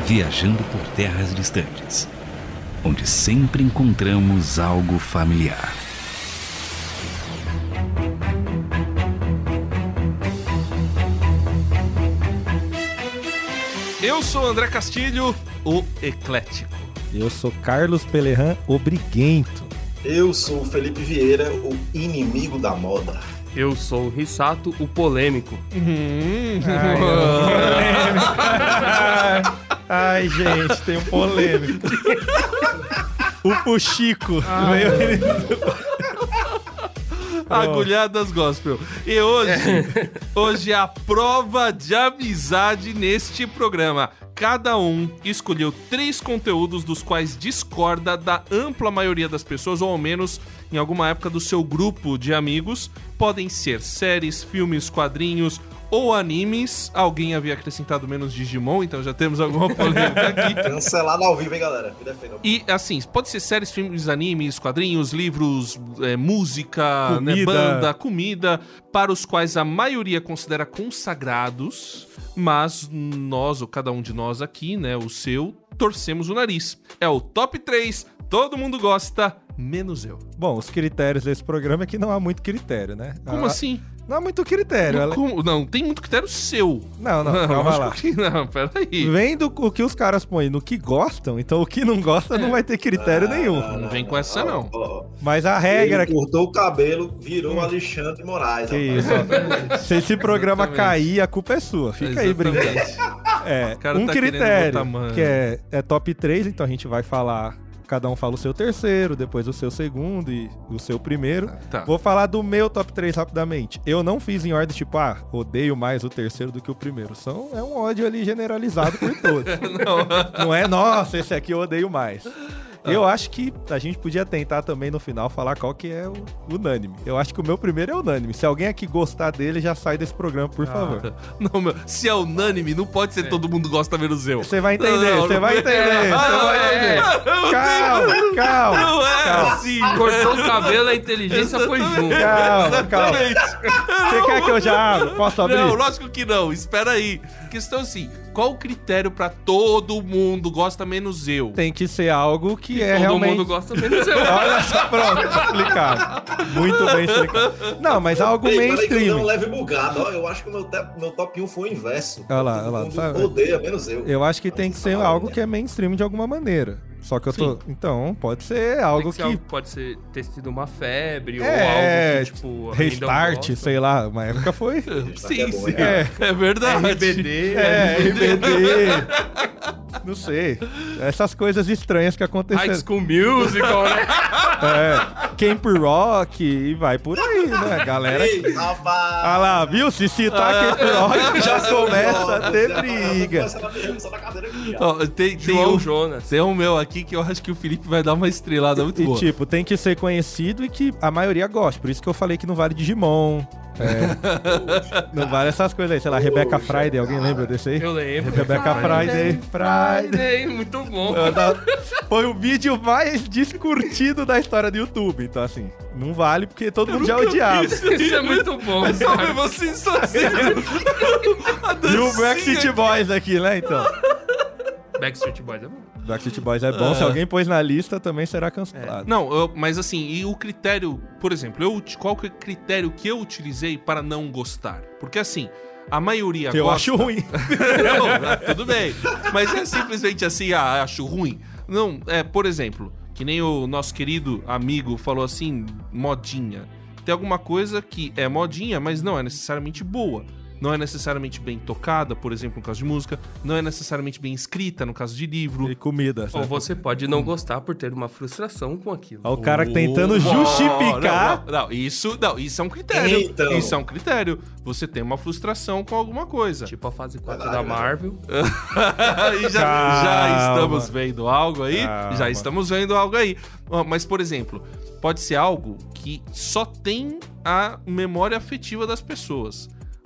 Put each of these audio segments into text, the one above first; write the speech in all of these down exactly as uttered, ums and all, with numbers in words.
viajando por terras distantes, onde sempre encontramos algo familiar. Eu sou André Castilho, o eclético. Eu sou Carlos Pelerran, o briguento. Eu sou o Felipe Vieira, o inimigo da moda. Eu sou o Rissato, o polêmico. Hum, ai, polêmico. Ai, gente, tem um polêmico. O Fuxico. Ah, Agulhadas Gospel. E hoje, hoje é a prova de amizade neste programa. Cada um escolheu três conteúdos dos quais discorda da ampla maioria das pessoas, ou ao menos em alguma época do seu grupo de amigos. Podem ser séries, filmes, quadrinhos ou animes. Alguém havia acrescentado menos Digimon, então já temos alguma polêmica aqui. Cancelado ao vivo, hein, galera? Me defendam. E, assim, pode ser séries, filmes, animes, quadrinhos, livros, é, música, comida. Né, banda, comida, para os quais a maioria considera consagrados, mas nós, ou cada um de nós aqui, né, o seu, torcemos o nariz. É o top três, todo mundo gosta, menos eu. Bom, os critérios desse programa é que não há muito critério, né? Como ah, assim? Não há muito critério. Não, ela... como? Não, tem muito critério seu. Não, não, calma lá. Que não, peraí. Vendo o que os caras põem no que gostam, então o que não gosta é. não vai ter critério ah, nenhum. Não, não vem com essa, não. Oh, oh. Mas a regra... Ele cortou o cabelo, virou um Alexandre Moraes. Que isso, se esse programa cair, a culpa é sua. Fica Exatamente. aí brincando. É, um tá critério, que é, é top três, então a gente vai falar... Cada um fala o seu terceiro, depois o seu segundo e o seu primeiro. Ah, tá. Vou falar do meu top três rapidamente. Eu não fiz em ordem tipo, ah, odeio mais o terceiro do que o primeiro. São, é um ódio ali generalizado por todos. não. não é, nossa, esse aqui eu odeio mais. Ah. Eu acho que a gente podia tentar também no final falar qual que é o unânime. Eu acho que o meu primeiro é unânime. Se alguém aqui gostar dele, já sai desse programa, por ah, favor. Tá. Não, meu, se é unânime, não pode ser é. todo mundo gosta menos eu. Você vai entender, você vai entender. Você vai entender. Calma, calma. Não é calma. assim. Cortou o cabelo, a inteligência foi junto. Calma, calma. Você quer que eu já abra? Posso abrir? Não, lógico que não. Espera aí. Questão assim, qual o critério pra todo mundo gosta menos eu? Tem que ser algo que, que é todo realmente... Todo mundo gosta menos eu. Olha só, pronto, explicado. Muito bem explicado. Não, mas algo Ei, mainstream. Peraí que eu dei um leve bugado. Ó, eu acho que o meu, te... meu top um foi o inverso. Olha lá, olha lá. Sabe? Odeia, menos eu. Eu acho que tem que ser algo que é mainstream de alguma maneira. Só que eu tô... Sim. Então, pode ser algo que... que... Algo, pode ser ter sido uma febre é, ou algo que, tipo... Restart, sei lá. Uma época foi... sim, é, sim. É, é verdade. R B D. É, R B D. Não sei. Essas coisas estranhas que aconteceram. High School Musical, né? É. Camp Rock e vai por aí, né? Galera... Ei, rapaz! Ah lá, viu? Se citar ah. Camp Rock, já começa a ter briga. Oh, tem, tem João um, Jonas. Tem um meu aqui que eu acho que o Felipe vai dar uma estrelada muito e, boa. E tipo, tem que ser conhecido e que a maioria goste. Por isso que eu falei que não vale Digimon. É, não vale essas coisas aí. Sei lá, Rebecca Friday. Alguém lembra desse aí? Eu lembro. Rebecca Friday. Friday. Friday. Muito bom. Foi o vídeo mais descurtido da história do YouTube. Então, assim, não vale porque todo mundo já odiava. Isso, isso é muito bom. É só ver vocês sozinhos. E o Backstreet Boys aqui, né? Então. Backstreet Boys é bom. Backstreet Boys é bom. Uh. Se alguém pôs na lista, também será cancelado. É. Não, eu, mas assim, e o critério... Por exemplo, eu, qual que é o critério que eu utilizei para não gostar? Porque assim, a maioria que gosta... eu acho ruim. Não, tudo bem. Mas é simplesmente assim, ah, acho ruim. Não, é, por exemplo, que nem o nosso querido amigo falou assim, modinha. Tem alguma coisa que é modinha, mas não é necessariamente boa. Não é necessariamente bem tocada, por exemplo, no caso de música. Não é necessariamente bem escrita, no caso de livro. E comida. Ou certo? Você pode não gostar por ter uma frustração com aquilo. Olha o cara tentando oh, justificar. Não, não, não, isso, não, isso é um critério. Então. Isso é um critério. Você tem uma frustração com alguma coisa. Tipo a fase quatro da Marvel. E já, já estamos vendo algo aí. Calma. Já estamos vendo algo aí. Mas, por exemplo, pode ser algo que só tem a memória afetiva das pessoas.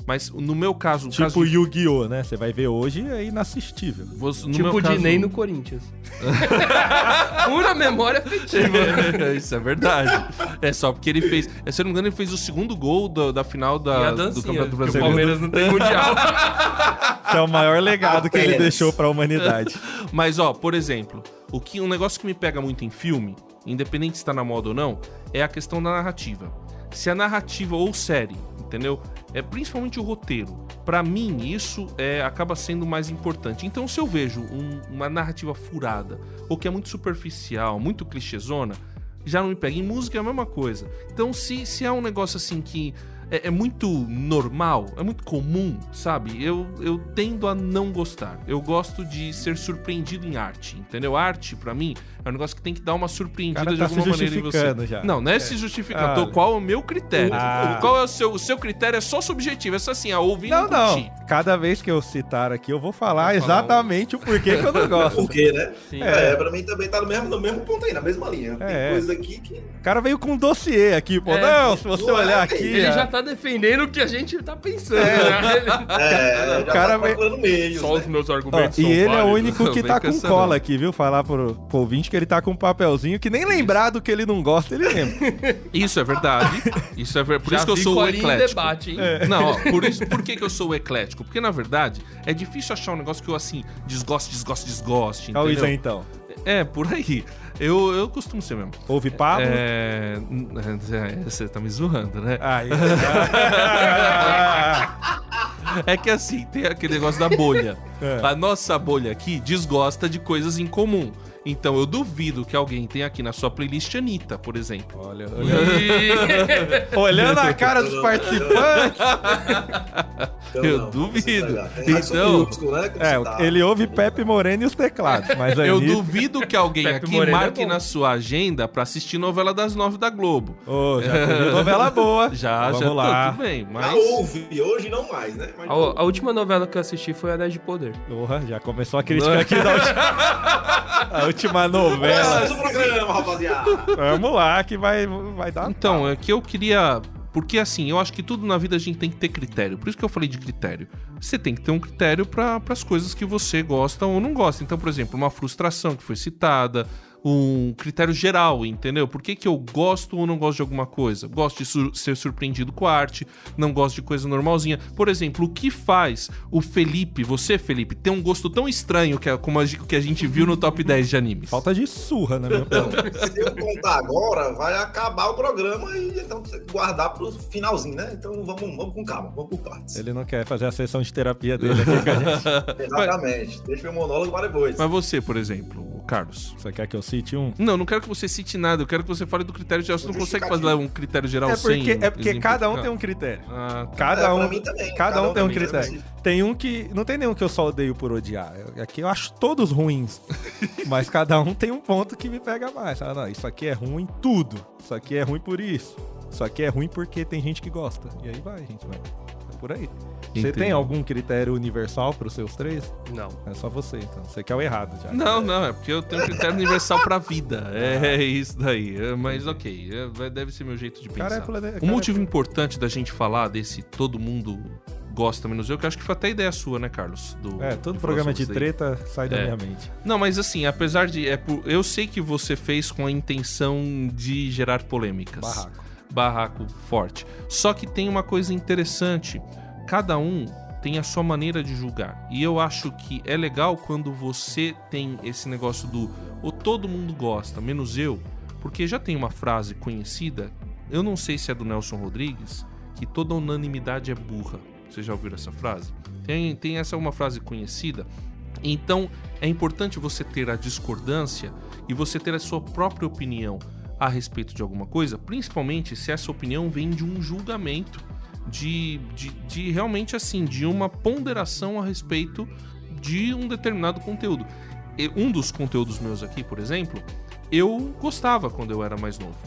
Mas no meu caso... Tipo caso de... Yu-Gi-Oh, né? Você vai ver hoje, é inassistível. No tipo o caso... Diney no Corinthians. Pura memória afetiva. Isso é verdade. É só porque ele fez... Se eu não me engano, ele fez o segundo gol do, da final da, do Campeonato Brasileiro. O Palmeiras não tem mundial. Esse é o maior legado que ele deixou pra humanidade. Mas, ó, por exemplo, o que, um negócio que me pega muito em filme, independente se tá na moda ou não, é a questão da narrativa. Se a narrativa ou série, entendeu? É principalmente o roteiro. Pra mim, isso é, acaba sendo mais importante. Então, se eu vejo um, uma narrativa furada, ou que é muito superficial, muito clichêzona, já não me pega. Em música é a mesma coisa. Então, se, se é um negócio assim que é, é muito normal, é muito comum, sabe? Eu, eu tendo a não gostar. Eu gosto de ser surpreendido em arte, entendeu? Arte, pra mim, é um negócio que tem que dar uma surpreendida tá de alguma maneira em você. Já. Não, não é, é. se justificar. Ah, qual é o meu critério? Ah. Qual é o seu, o seu critério? É só subjetivo. É só assim, a ouvir não, não. Cada vez que eu citar aqui, eu vou falar eu exatamente falar. o porquê que eu não gosto. Por quê, né? Sim. É, pra mim também tá no mesmo, no mesmo ponto aí, na mesma linha. Tem é. coisa aqui que... O cara veio com um dossiê aqui, pô. É. Não, se você olhar aqui... Ele é. já tá defendendo o que a gente tá pensando, é. né? Ele... É, já cara tá procurando veio... meio. Só né? os meus argumentos Ó, são E ele válidos. é o único que tá com cola aqui, viu? Falar pro, pro ouvinte que ele tá com um papelzinho que nem lembrar do que ele não gosta, ele lembra. Isso é verdade. Isso é ver... Por já isso que eu sou o eclético. Debate, hein? É. Não, ó, por, isso, por que, que eu sou o eclético? Porque, na verdade, é difícil achar um negócio que eu, assim, desgoste, desgoste, desgoste, Qual isso aí, então? É, por aí. Eu, eu costumo ser mesmo. Ouve Pablo? É... Você tá me zoando, né? Aí. É que assim, tem aquele negócio da bolha. É. A nossa bolha aqui desgosta de coisas em comum. Então eu duvido que alguém tenha aqui na sua playlist Anitta, por exemplo. Olha, olha. Olhando a cara dos participantes. Então, eu não, duvido. Então, né, é, tá. ele ouve Pepe Moreno e os teclados. Mas eu Anitta... duvido que alguém Pepe aqui Moreno marque é na sua agenda pra assistir novela das nove da Globo. Ô, oh, já teve novela boa. Já, Vamos já lá. tudo bem. Mas... Já ouve, hoje não mais, né? Mas a, a última novela que eu assisti foi Anéis de Poder. Porra, já começou a crítica aqui da última... a última novela. Vamos programa, rapaziada. Vamos lá, que vai, vai dar. Então, pau. É que eu queria... Porque assim, eu acho que tudo na vida a gente tem que ter critério. Por isso que eu falei de critério. Você tem que ter um critério para as coisas que você gosta ou não gosta. Então, por exemplo, uma frustração que foi citada, um critério geral, entendeu? Por que, que eu gosto ou não gosto de alguma coisa? Gosto de sur- ser surpreendido com a arte, não gosto de coisa normalzinha. Por exemplo, o que faz o Felipe, você, Felipe, ter um gosto tão estranho que é como a, que a gente viu no top dez de animes? Falta de surra, na minha opinião. Se eu contar agora, vai acabar o programa e então tem que guardar pro finalzinho, né? Então vamos, vamos com calma, vamos por partes. Ele não quer fazer a sessão de terapia dele aqui com a gente. Exatamente. Deixa meu monólogo para depois. Mas você, por exemplo, o Carlos. Você quer que eu cite um? Não, não quero que você cite nada, eu quero que você fale do critério geral. Você não consegue fazer um critério geral é porque, sem... É porque cada um tem um critério. Ah, tá. Cada é, um, mim também. Cada, cada um, um tem um também, critério. Tem um que... Não tem nenhum que eu só odeio por odiar. Aqui eu acho todos ruins. Mas cada um tem um ponto que me pega mais. Ah, não, isso aqui é ruim tudo. Isso aqui é ruim por isso. Isso aqui é ruim porque tem gente que gosta. E aí vai, gente, vai. É por aí. Você Entendi. tem algum critério universal para os seus três? Não. É só você, então. Você quer o errado já. Não, não, é porque eu tenho um critério universal pra vida. É, é isso daí. É, mas ok, é, deve ser meu jeito de pensar. Cara, é plane... Um Cara, motivo é... importante da gente falar desse todo mundo gosta menos eu, que eu acho que foi até ideia sua, né, Carlos? Do, é, todo do programa de daí. treta sai da é. minha mente. Não, mas assim, apesar de... É por, eu sei que você fez com a intenção de gerar polêmicas. Barraco. Barraco forte. Só que tem uma coisa interessante. Cada um tem a sua maneira de julgar. E eu acho que é legal quando você tem esse negócio do ou todo mundo gosta, menos eu, porque já tem uma frase conhecida, eu não sei se é do Nelson Rodrigues, que toda unanimidade é burra. Vocês já ouviram essa frase? Tem, tem essa uma frase conhecida. Então é importante você ter a discordância e você ter a sua própria opinião a respeito de alguma coisa, principalmente se essa opinião vem de um julgamento, de, de, de realmente assim, de uma ponderação a respeito de um determinado conteúdo. E um dos conteúdos meus aqui, por exemplo, eu gostava quando eu era mais novo.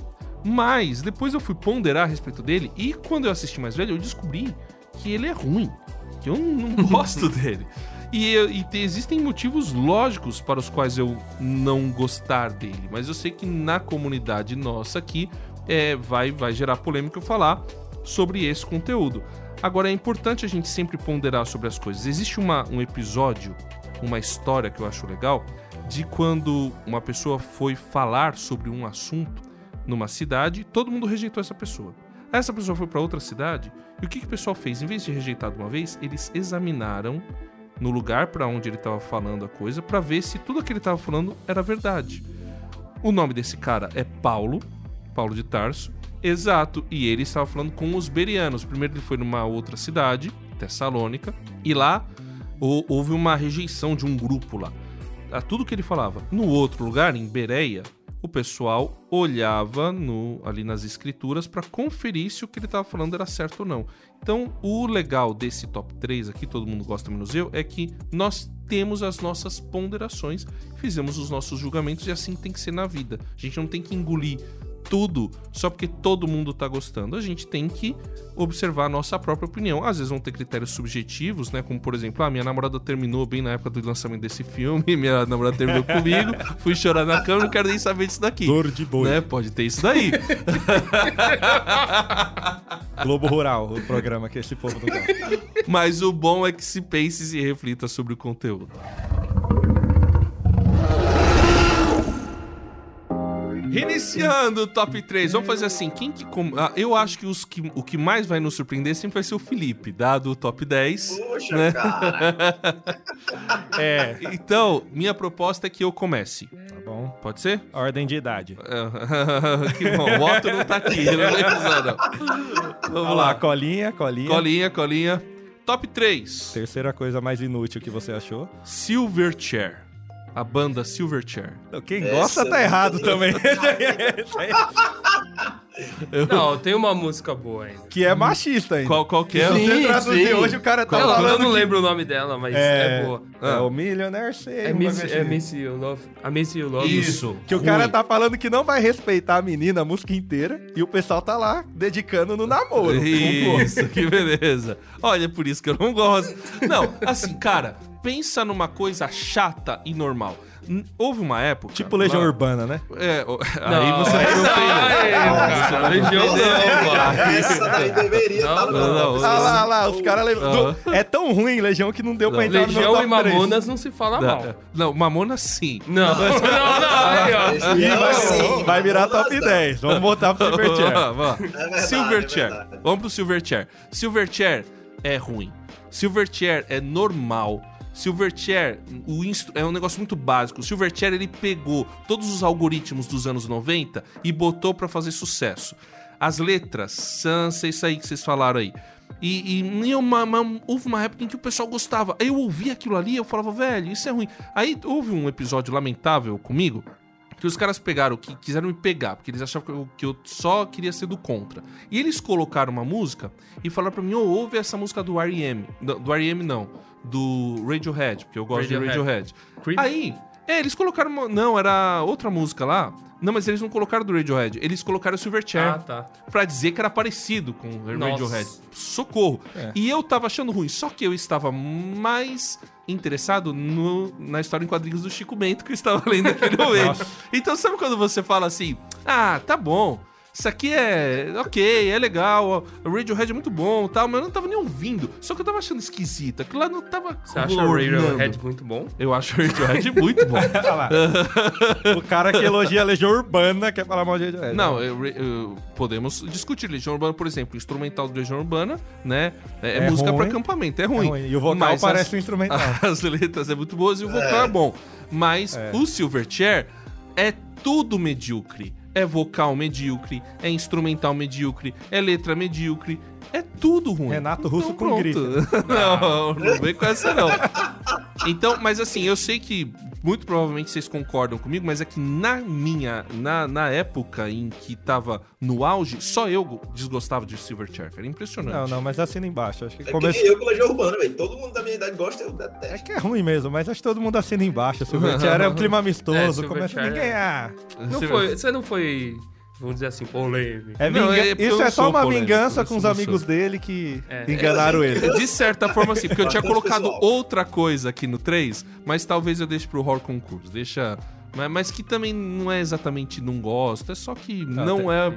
Mas depois eu fui ponderar a respeito dele e quando eu assisti mais velho eu descobri que ele é ruim, que eu não gosto dele. E, e te, existem motivos lógicos para os quais eu não gostar dele, mas eu sei que na comunidade nossa aqui é, vai, vai gerar polêmica eu falar sobre esse conteúdo. Agora, é importante a gente sempre ponderar sobre as coisas. Existe uma, um episódio, uma história que eu acho legal, de quando uma pessoa foi falar sobre um assunto numa cidade, todo mundo rejeitou essa pessoa. Essa pessoa foi para outra cidade, e o que, que o pessoal fez? Em vez de rejeitar de uma vez, eles examinaram no lugar para onde ele estava falando a coisa, para ver se tudo que ele estava falando era verdade. O nome desse cara é Paulo, Paulo de Tarso, exato, e ele estava falando com os berianos. Primeiro ele foi numa outra cidade, Tessalônica, e lá houve uma rejeição de um grupo lá, a tudo que ele falava. No outro lugar, em Bereia, o pessoal olhava no, ali nas escrituras para conferir se o que ele estava falando era certo ou não. Então, o legal desse top três aqui, todo mundo gosta menos eu, é que nós temos as nossas ponderações, fizemos os nossos julgamentos e assim tem que ser na vida. A gente não tem que engolir tudo só porque todo mundo tá gostando. A gente tem que observar a nossa própria opinião. Às vezes vão ter critérios subjetivos, né? Como, por exemplo, ah, minha namorada terminou bem na época do lançamento desse filme, minha namorada terminou comigo, fui chorar na cama, não quero nem saber disso daqui. Dor de boi. Né? Pode ter isso daí. Globo Rural, o programa que esse povo não gosta. Mas o bom é que se pense e se reflita sobre o conteúdo. Iniciando o top três, vamos fazer assim, quem que... Com... Ah, eu acho que, os que o que mais vai nos surpreender sempre vai ser o Felipe, dado o top dez. Poxa, né? cara. É, então, minha proposta é que eu comece. Tá bom. Pode ser? Ordem de idade. Que bom, o Otto não tá aqui, não é não. Vamos Olha lá. lá, colinha, colinha. Colinha, colinha. Top três. Terceira coisa mais inútil que você achou. Silverchair. A banda Silverchair. Quem Essa gosta tá errado não- também. Não, tem uma música boa ainda. Que é machista ainda. Qual, qual que é? Se você Sim, traduzir sim. hoje, o cara tá Eu, falando eu não que- lembro o nome dela, mas é, É, boa. é o Millionaire Say. É uma Miss, coisa é assim. Miss You Love. A Miss You Love. Isso. Que o cara tá falando que não vai respeitar a menina a música inteira e o pessoal tá lá dedicando no namoro. Isso, que beleza. Olha, por isso que eu não gosto. Não, assim, cara, pensa numa coisa chata e normal. N- Houve uma época... Tipo Legião lá- Urbana, né? É, o- Não, aí você vai me ofender. Ai, Não, cara, você vai me Legião ofender. não, mano. Essa daí deveria Não, estar no não, top. não. Ah lá, ah lá, os caras levam. Aham. É tão ruim Legião que não deu pra Não. entrar no meu Legião top e três. Mamonas não se fala mal. Não, não, Mamona sim. Não, não, não, aí, ó. Ih, Não, vai, sim, vai virar Mamonas top não. dez. Vamos botar pro Silverchair. Vamos lá. É verdade, Silverchair. é verdade. Vamos pro Silverchair. Silverchair é ruim. Silverchair é normal. Silverchair o instru- é um negócio muito básico. O Silverchair, ele pegou todos os algoritmos dos anos noventa e botou pra fazer sucesso. As letras são isso aí que vocês falaram aí. E, e, e uma, uma- houve uma época em que o pessoal gostava. Aí eu ouvia aquilo ali e eu falava, velho, isso é ruim. Aí houve um episódio lamentável comigo, que os caras pegaram, que quiseram me pegar, porque eles achavam que eu, que eu só queria ser do contra. E eles colocaram uma música e falaram pra mim, ô, ouve essa música do R E M. Do, do R E M não, do Radiohead, porque eu gosto de Radiohead. Radiohead. Creep. Aí, é, eles colocaram uma, não, era outra música lá. Não, mas eles não colocaram do Radiohead, eles colocaram o Silverchair. Ah, tá. Pra dizer que era parecido com o Nossa. Radiohead. Socorro. É. E eu tava achando ruim, só que eu estava mais interessado no- na história em quadrinhos do Chico Bento que eu estava lendo naquele momento. Nossa. Então sabe quando você fala assim, ah, tá bom, isso aqui é ok, é legal, o Radiohead é muito bom e tal, mas eu não tava nem ouvindo, só que eu tava achando esquisito, aquilo lá não tava Você acha o ornando. Radiohead muito bom? Eu acho o Radiohead muito bom. Olha lá. O cara que elogia a Legião Urbana quer falar mal de Radiohead. Não, eu- eu- podemos discutir. Legião Urbana, por exemplo, o instrumental do Legião Urbana, né? É, é É música ruim. pra acampamento, é É ruim. ruim. E o vocal Mas parece as- um instrumental. As letras é muito boas e o vocal é, bom. Mas É. o Silverchair é tudo medíocre. É vocal medíocre, é instrumental medíocre, é letra medíocre, é tudo ruim. Renato Russo com pronto. grife. Não, não vem com essa não. Então, mas assim, eu sei que muito provavelmente vocês concordam comigo, mas é que na minha, na, na época em que tava no auge, só eu desgostava de Silverchair, cara. Impressionante. Não, não, mas assina embaixo. Acho que É que começou. nem eu com Legião Urbana, velho. Todo mundo da minha idade gosta, eu É detesto. que é ruim mesmo, mas acho que todo mundo assina embaixo. Silverchair é um clima amistoso. É, começa Silverchair ninguém. é- Ah, Não Você- foi, você não foi, vamos dizer assim, polêmico. é Não, vinga- é porque eu Isso não é só sou uma polêmico, vingança eu com os não amigos sou. dele que É. enganaram É, ele. De certa forma, sim, porque eu tinha Bastante colocado pessoal. outra coisa aqui no três, mas talvez eu deixe pro horror concurso. Deixa. Mas, mas que também não é exatamente não gosto, é só que não, tem- é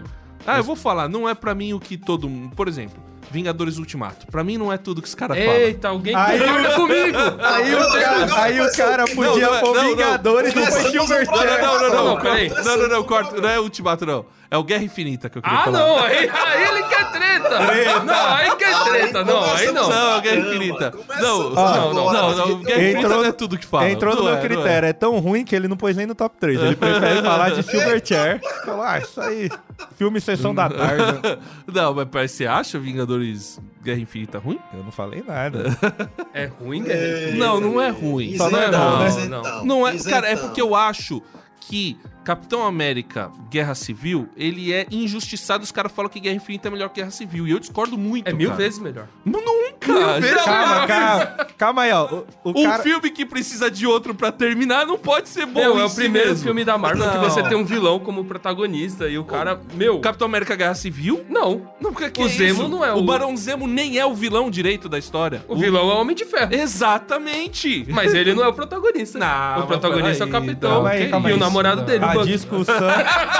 Ah, eu vou falar, não é pra mim o que todo mundo... Por exemplo, Vingadores Ultimato. Pra mim não é tudo que os caras falam. Eita, alguém concorda comigo. Aí o cara, aí o cara podia não, pôr não, Vingadores não, e depois Silver Não, não, não, não, não, peraí. Não, não, não, corta. Não é Ultimato, não. É o Guerra Infinita que eu queria Ah, falar. não, aí, aí ele quer treta. Não, aí quer treta. Não, aí não. Não, é Guerra Infinita. Não, Ah, não, não, não, não. Guerra Infinita não é tudo que fala. Entrou no Não meu é, não critério. É. é tão ruim que ele não pôs nem no top três. Ele prefere falar de Silverchair. Falou, ah, isso aí. Filme Sessão da Tarde. Não, mas você acha Vingadores Guerra Infinita ruim? Eu não falei nada. É ruim, Guerra? Não, não é ruim. Só não é bom, né? Não. Não é, cara, é porque eu acho que Capitão América Guerra Civil, ele é injustiçado. Os caras falam que Guerra Infinita é melhor que Guerra Civil. E eu discordo muito, É mil cara. vezes melhor. Nunca! Mil vezes Calma, calma. Calma aí, ó. O, o Um cara... filme que precisa de outro pra terminar não pode ser bom. Meu, é em o si primeiro mesmo. filme da Marvel que Não. você tem um vilão como protagonista e o cara, meu... Capitão América Guerra Civil? Não. Não, porque que O é Zemo isso? não é o... o- Barão Zemo nem é o vilão direito da história. O vilão é o Homem de Ferro. Exatamente. Mas ele não é o protagonista. Não, o protagonista é o mas peraí, capitão. calma aí, calma e aí. o namorado dele, o A Bucky. discussão...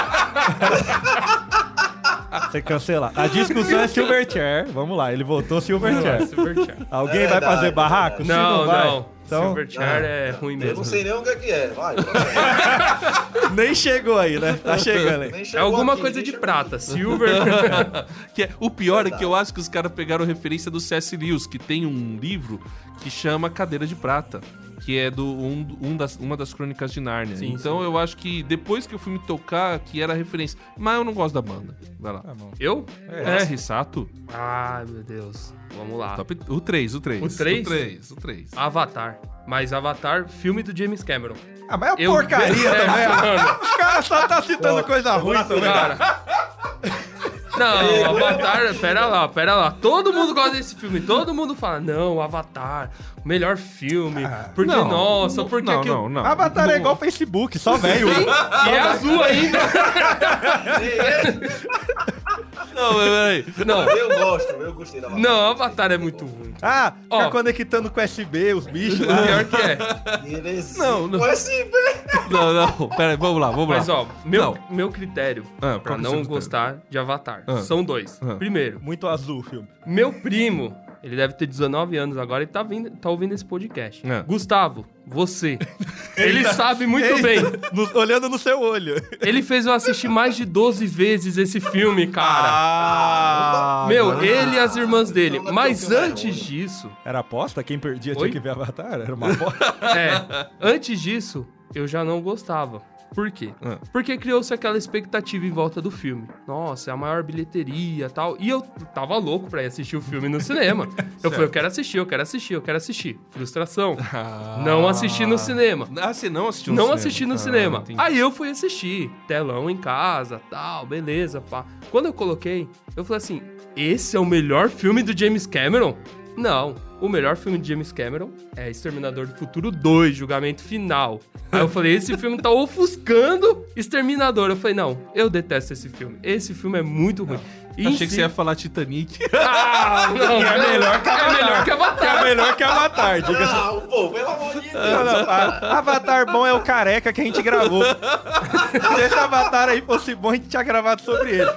Você cancela. A discussão é Silverchair. Vamos lá, ele votou Silverchair. Silverchair. Alguém É vai verdade, fazer é barraco? Se Não, vai. não. Então, Silverchair é ruim Eu mesmo. não sei nem o que é que é. Vai. nem chegou aí, né? Tá chegando aí. Nem É chegou alguma aqui, coisa nem de chegou prata. Silver. Que é, o pior é Verdade. que eu acho que os caras pegaram referência do C S. Lewis, que tem um livro que chama Cadeira de Prata, que é do um, um das, uma das crônicas de Nárnia. Sim, então sim. eu acho que depois que eu fui me tocar, que era referência. Mas eu não gosto da banda. Vai lá. Tá bom. Eu? É, Rissato. Ai, meu Deus. Vamos lá. Top, o três, o três. O três? O três, o três. Avatar. Mas Avatar, filme do James Cameron. Ah, mas é Eu porcaria detesto, também. ó. mano. Os caras só tá citando coisa ruim também. Cara. Não, Avatar, pera lá, pera lá. Todo mundo gosta desse filme. Todo mundo fala, não, Avatar, o melhor filme. Porque, Não, nossa, não, porque não, aquilo... não, não. Avatar é igual Facebook, só velho. E é azul ainda. Não, mas peraí. Não, Eu gosto, eu gostei da não, Avatar é muito ruim. Ah, Ó. fica conectando com U S B, os bichos lá. Pior que é. Beleza. Não, não. U S B. Não, não. Peraí, vamos lá, vamos Mas, lá. ó, meu, Não. meu critério Ah, qual pra que é o não seu gostar de Avatar Ah. são dois. Ah. Primeiro, Muito azul o filme. meu primo, ele deve ter dezenove anos agora e tá, vindo, tá ouvindo esse podcast. É. Gustavo, você. Ele sabe muito Ei, bem. no- olhando no seu olho. Ele fez eu assistir mais de doze vezes esse filme, cara. Ah, Meu, ele e as irmãs dele. Então, Mas então, então, antes então. disso, Era aposta? Quem perdia Oi? tinha que ver Avatar? Era uma aposta. é, antes disso, eu já não gostava. Por quê? Ah. Porque criou-se aquela expectativa em volta do filme. Nossa, é a maior bilheteria e tal. E eu tava louco pra ir assistir o filme no cinema. Eu falei, eu quero assistir, eu quero assistir, eu quero assistir. Frustração. Não assisti no cinema. Ah, você não assistiu no Não cinema? assisti no Ah, cinema. entendi. Aí eu fui assistir. Telão em casa, tal, beleza, pá. Quando eu coloquei, eu falei assim, esse é o melhor filme do James Cameron? Não. O melhor filme de James Cameron é Exterminador do Futuro dois, Julgamento Final. Aí eu falei, esse filme tá ofuscando Exterminador. Eu falei, não, eu detesto esse filme. Esse filme é muito ruim. E Achei em que si- você ia falar Titanic. Ah, não, Que é melhor que é Avatar. melhor que Que é Avatar. melhor que Avatar, diga-se. Não, pô, pelo amor de Deus. Não, não, a- Avatar bom é o careca que a gente gravou. Se esse Avatar aí fosse bom, a gente tinha gravado sobre ele.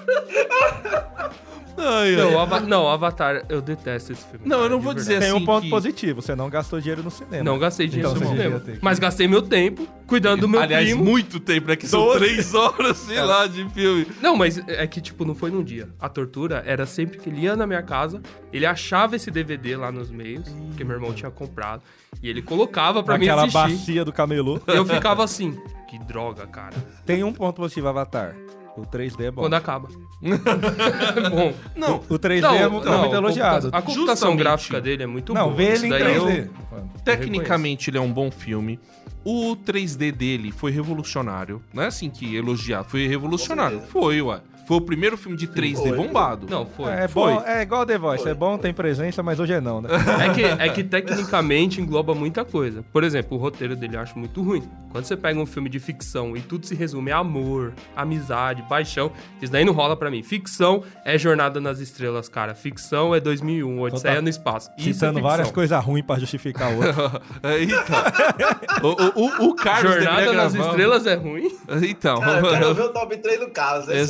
Ai, ai. Não, Ava- não, Avatar, eu detesto esse filme. Não, cara, eu não de vou verdade. dizer Tem assim um ponto que- positivo, você não gastou dinheiro no cinema. Não gastei dinheiro Então no você cinema. devia ter. Mas gastei meu tempo cuidando do meu Aliás, primo. muito tempo, né? Que são Doze. três horas, sei lá, de filme. Não, mas é que, tipo, não foi num dia. A tortura era sempre que ele ia na minha casa, ele achava esse D V D lá nos meios, que meu irmão tinha comprado, e ele colocava pra mim Aquela assistir. bacia do camelô. Eu ficava assim, que droga, cara. Tem um ponto positivo, Avatar. O três D é bom. Quando acaba. Bom. Não, O três D Não, é, mu- é não, muito elogiado. A computação Justamente. gráfica dele é muito Não, boa. vê Isso ele em daí eu- três D. tecnicamente ele é um bom filme. O três D dele foi revolucionário. Não é assim que elogiar, foi revolucionário. Com certeza. Foi, ué. Foi o primeiro filme de três D Foi. bombado. Não, foi. É, Foi. bom, é igual The Voice, é bom, tem presença, mas hoje é não, né? É que, é que tecnicamente engloba muita coisa. Por exemplo, o roteiro dele eu acho muito ruim. Quando você pega um filme de ficção e tudo se resume a amor, amizade, paixão, isso daí não rola pra mim. Ficção é Jornada nas Estrelas, cara. Ficção é dois mil e um, Odisseia tá no Espaço. Isso é Citando ficção. várias coisas ruins pra justificar outra. Então. o, o, o, o Carlos Jornada deveria nas gravar- Estrelas é ruim? Então. Cara, eu quero ver o top três do Carlos. esse eu Exato. quero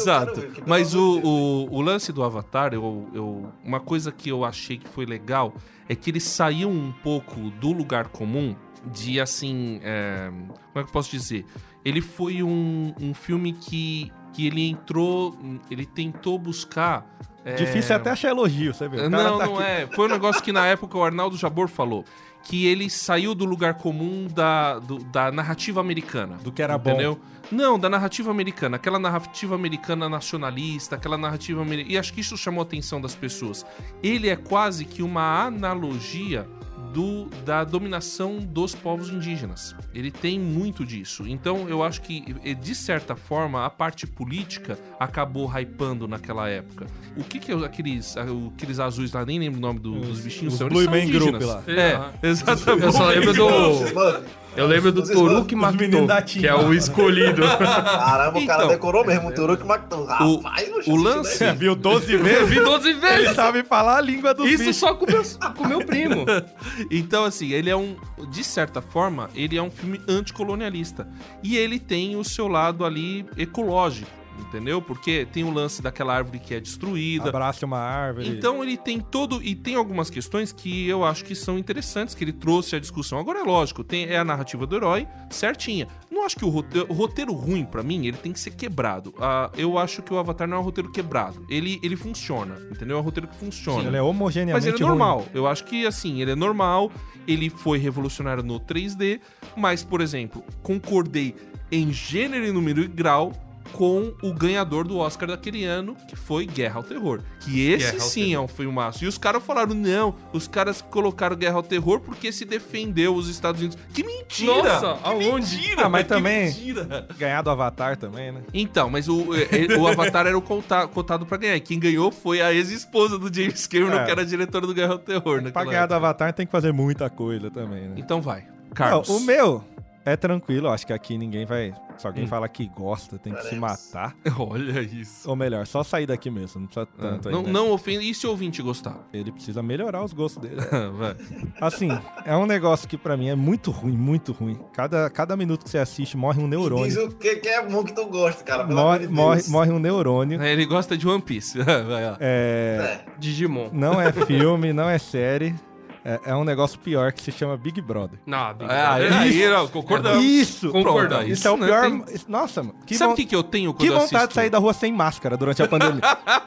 que Mas o, o, o lance do Avatar, eu, eu, uma coisa que eu achei que foi legal é que ele saiu um pouco do lugar comum de, assim... É, como é que eu posso dizer? Ele foi um, um filme que, que ele entrou... Ele tentou buscar... É... Difícil até achar elogio, você vê. Não, tá não aqui. é. Foi um negócio que na época o Arnaldo Jabor falou. Que ele saiu do lugar comum da, do, da narrativa americana. Do que era entendeu? bom. Não, da narrativa americana. Aquela narrativa americana nacionalista, aquela narrativa... Amer... E acho que isso chamou a atenção das pessoas. Ele é quase que uma analogia do, da dominação dos povos indígenas. Ele tem muito disso. Então, eu acho que, de certa forma, a parte política acabou hypando naquela época. O que que é aqueles, aqueles azuis lá, nem lembro o nome do, dos bichinhos, os são, Blue eles são Man indígenas. Group lá. É, exatamente. Eu só lembro do... Eu lembro do Turuk meninos da Makto, Tim, que é o escolhido. Caramba, o cara Então, decorou mesmo, o Turuk Makto. Rapaz, o lance- né? Viu doze Eu vezes? vi doze Ele vezes. sabe falar a língua dos Isso bichos. só com meu, com meu primo. Então, assim, ele é um... De certa forma, ele é um filme anticolonialista. E ele tem o seu lado ali ecológico, entendeu? Porque tem o lance daquela árvore que é destruída. Abraça uma árvore. Então ele tem todo... E tem algumas questões que eu acho que são interessantes, que ele trouxe à discussão. Agora é lógico, tem, é a narrativa do herói certinha. Não acho que o roteiro, o roteiro ruim, pra mim, ele tem que ser quebrado. Ah, eu acho que o Avatar não é um roteiro quebrado. Ele, ele funciona, entendeu? É um roteiro que funciona. Ele é homogeneamente Mas ele é ruim. normal. Eu acho que, assim, ele é normal. Ele foi revolucionário no três D. Mas, por exemplo, concordei em gênero e número e grau com o ganhador do Oscar daquele ano, que foi Guerra ao Terror. Que esse Guerra ao sim é um filmaço. E os caras falaram, não, os caras colocaram Guerra ao Terror porque se defendeu os Estados Unidos. Que mentira! Nossa, que aonde? mentira! Ah, mas que também- mentira. Ganhar do Avatar também, né? Então, mas o, ele- o Avatar era o cota- cotado pra ganhar. E quem ganhou foi a ex-esposa do James Cameron, É. que era diretora do Guerra ao Terror. Pra naquela ganhar do época. Avatar tem que fazer muita coisa também, né? Então vai. Não, Carlos. o meu é tranquilo, acho que aqui ninguém vai... Se alguém Hum. fala que gosta, tem que se Faremos. matar. Olha isso. Ou melhor, só sair daqui mesmo, não precisa tanto aí, não, né? não ofende. E se o ouvinte gostar? Ele precisa melhorar os gostos dele. vai. Assim, é um negócio que pra mim é muito ruim, muito ruim. Cada, cada minuto que você assiste, morre um Diz neurônio. o que, que é bom que tu gosta, cara. Pelo amor Morre, de morre, Deus. morre um neurônio. Ele gosta de One Piece. vai lá. É, É. Digimon. não é filme, não é série. É, é um negócio pior que se chama Big Brother. Não, Big Ah, Brother. aí, não, concordamos. Isso! Concordamos. Pronto, Isso é o né, pior. tem- Nossa, mano. Que Sabe o von- que, que eu tenho quando Que eu vontade assisto? de sair da rua sem máscara durante a pandemia.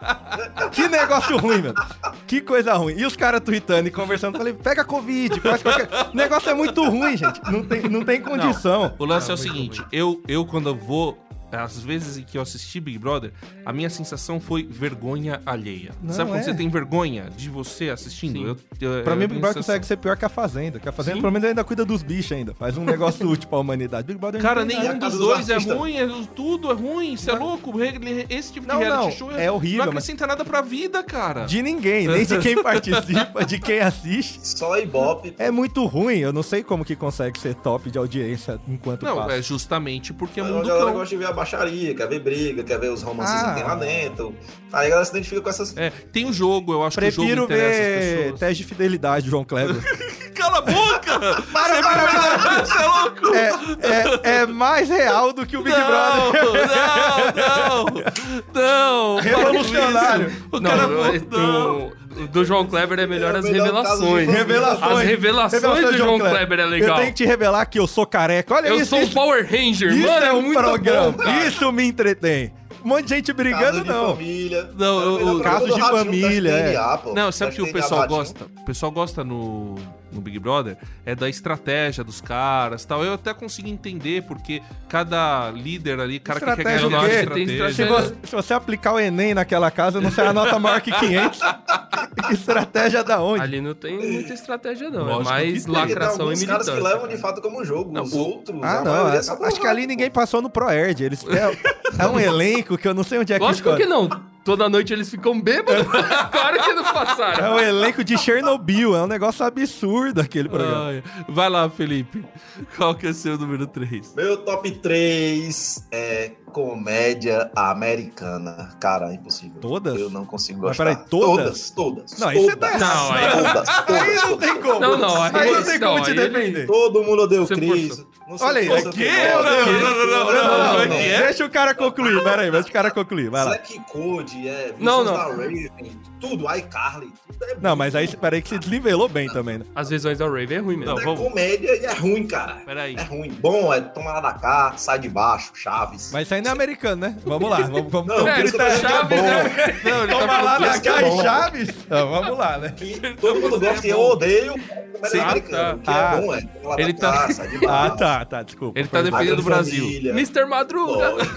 Que negócio ruim, mano. Que coisa ruim. E os caras tweetando e conversando, falei, pega Covid, faz qualquer... O negócio é muito ruim, gente. Não tem, não tem condição. O lance Não, é o muito seguinte, eu, eu quando eu vou, às vezes em que eu assisti Big Brother, a minha sensação foi vergonha alheia. Não, Sabe quando é. você tem vergonha de você assistindo? Sim. Eu, eu, Pra eu- mim, a Big minha Brother sensação- consegue ser pior que a Fazenda. Que a Fazenda, Sim. pelo menos, ainda cuida dos bichos ainda. Faz um negócio útil pra humanidade. Big Brother Cara, não tem nenhum nada. dos Casa dos dois é artistas. ruim, é, tudo é ruim, você é louco? Re- Esse tipo de Não, reality não, show é horrível, não mas- acrescenta nada pra vida, cara. De ninguém, nem de quem participa, de quem assiste. Só Ibope. É muito ruim. Eu não sei como que consegue ser top de audiência enquanto Não, passa. é justamente porque é A mundo galera cão. gosta de ver a baixaria, quer ver briga, quer ver os romances Ah. que tem lá dentro. Aí a galera se identifica com essas. É, tem o jogo, eu acho que o Prefiro jogo interessa as ver pessoas. teste de fidelidade, João Kleber. Cala a boca! Para, para, para! Você é louco? É, é, é mais real do que o Big Brother. Não, não, não. Revolucionário. Para com isso. O Não, cara o- não. o do João Kleber é melhor É as melhor caso de revelações. família. Revelações. As revelações do João Kleber é legal. Eu tenho que te revelar que eu sou careca. Olha Eu isso. sou um isso, Power Ranger, isso mano, é é um muito programa. bom, cara. Isso me entretém. Um monte de gente brigando, Caso de não. família. Não, eu- Também o- dá caso pra de ver do família, ratinho, das é. D N A, pô. Não, sabe o Das que o D N A pessoal ratinho. gosta? O pessoal gosta no, no Big Brother é da estratégia dos caras tal. Eu até consigo entender, porque cada líder ali, cara que quer ganhar Estratégia uma o quê? estratégia. Se você, se você aplicar o Enem naquela casa, não sai a nota maior que quinhentos. Estratégia da onde? Ali não tem muita estratégia, não. Lógico é mais que tem. Porque tem lacração e alguns caras que militância. levam de fato como jogo. Não, os o- outros. Ah, a não. maioria é- só acho que ali ninguém passou no ProErd. Eles, é, é um elenco que eu não sei onde é que Lógico escolhe. que não. Toda noite eles ficam bêbados. Claro que não É passaram. o elenco de Chernobyl. É um negócio absurdo aquele programa. Ai, vai lá, Felipe. Qual que é o seu número três? Meu top três é comédia americana. Cara, é impossível. Todas? Eu não consigo Mas gostar. peraí, todas? Todas, todas. Não, todas, isso tá errado. Não, aí- todas, todas, Aí não todas. tem como. Não, não, aí, Aí não tem como te aí ele- defender. Todo mundo odeia o Você Chris. forçou. Não sei Olha aí, se você aqui, gosta. não, não, não, não, não, Não, não, não, é? Deixa o cara concluir, peraí, deixa o cara concluir, vai lá. Zack Code, é, Não, não. da Raven, tudo, iCarly, tudo é Não, bom. mas aí, peraí que você desnivelou bem também, né? As visões da Raven é ruim mesmo. Não, É vamos- comédia e é ruim, cara. Peraí. É ruim. Bom, é Toma lá da cá, Sai de Baixo, Chaves. Mas isso aí não é americano, né? Vamos lá, vamos... vamos Não, então, por É, isso que eu tô dizendo que é Chaves, bom. né? Não, ele Toma tá lá falando na isso que é cá e bom. Chaves? Então, vamos lá, né? Que todo mundo gosta, que eu odeio comédia Sim. americana. O que Ah, é bom é Toma lá ele da tá- cá, Sai de Ah, Baixo. tá, tá, desculpa. Ele tá Foi- defendendo o Brasil. Família. mister Madruga. Lógico.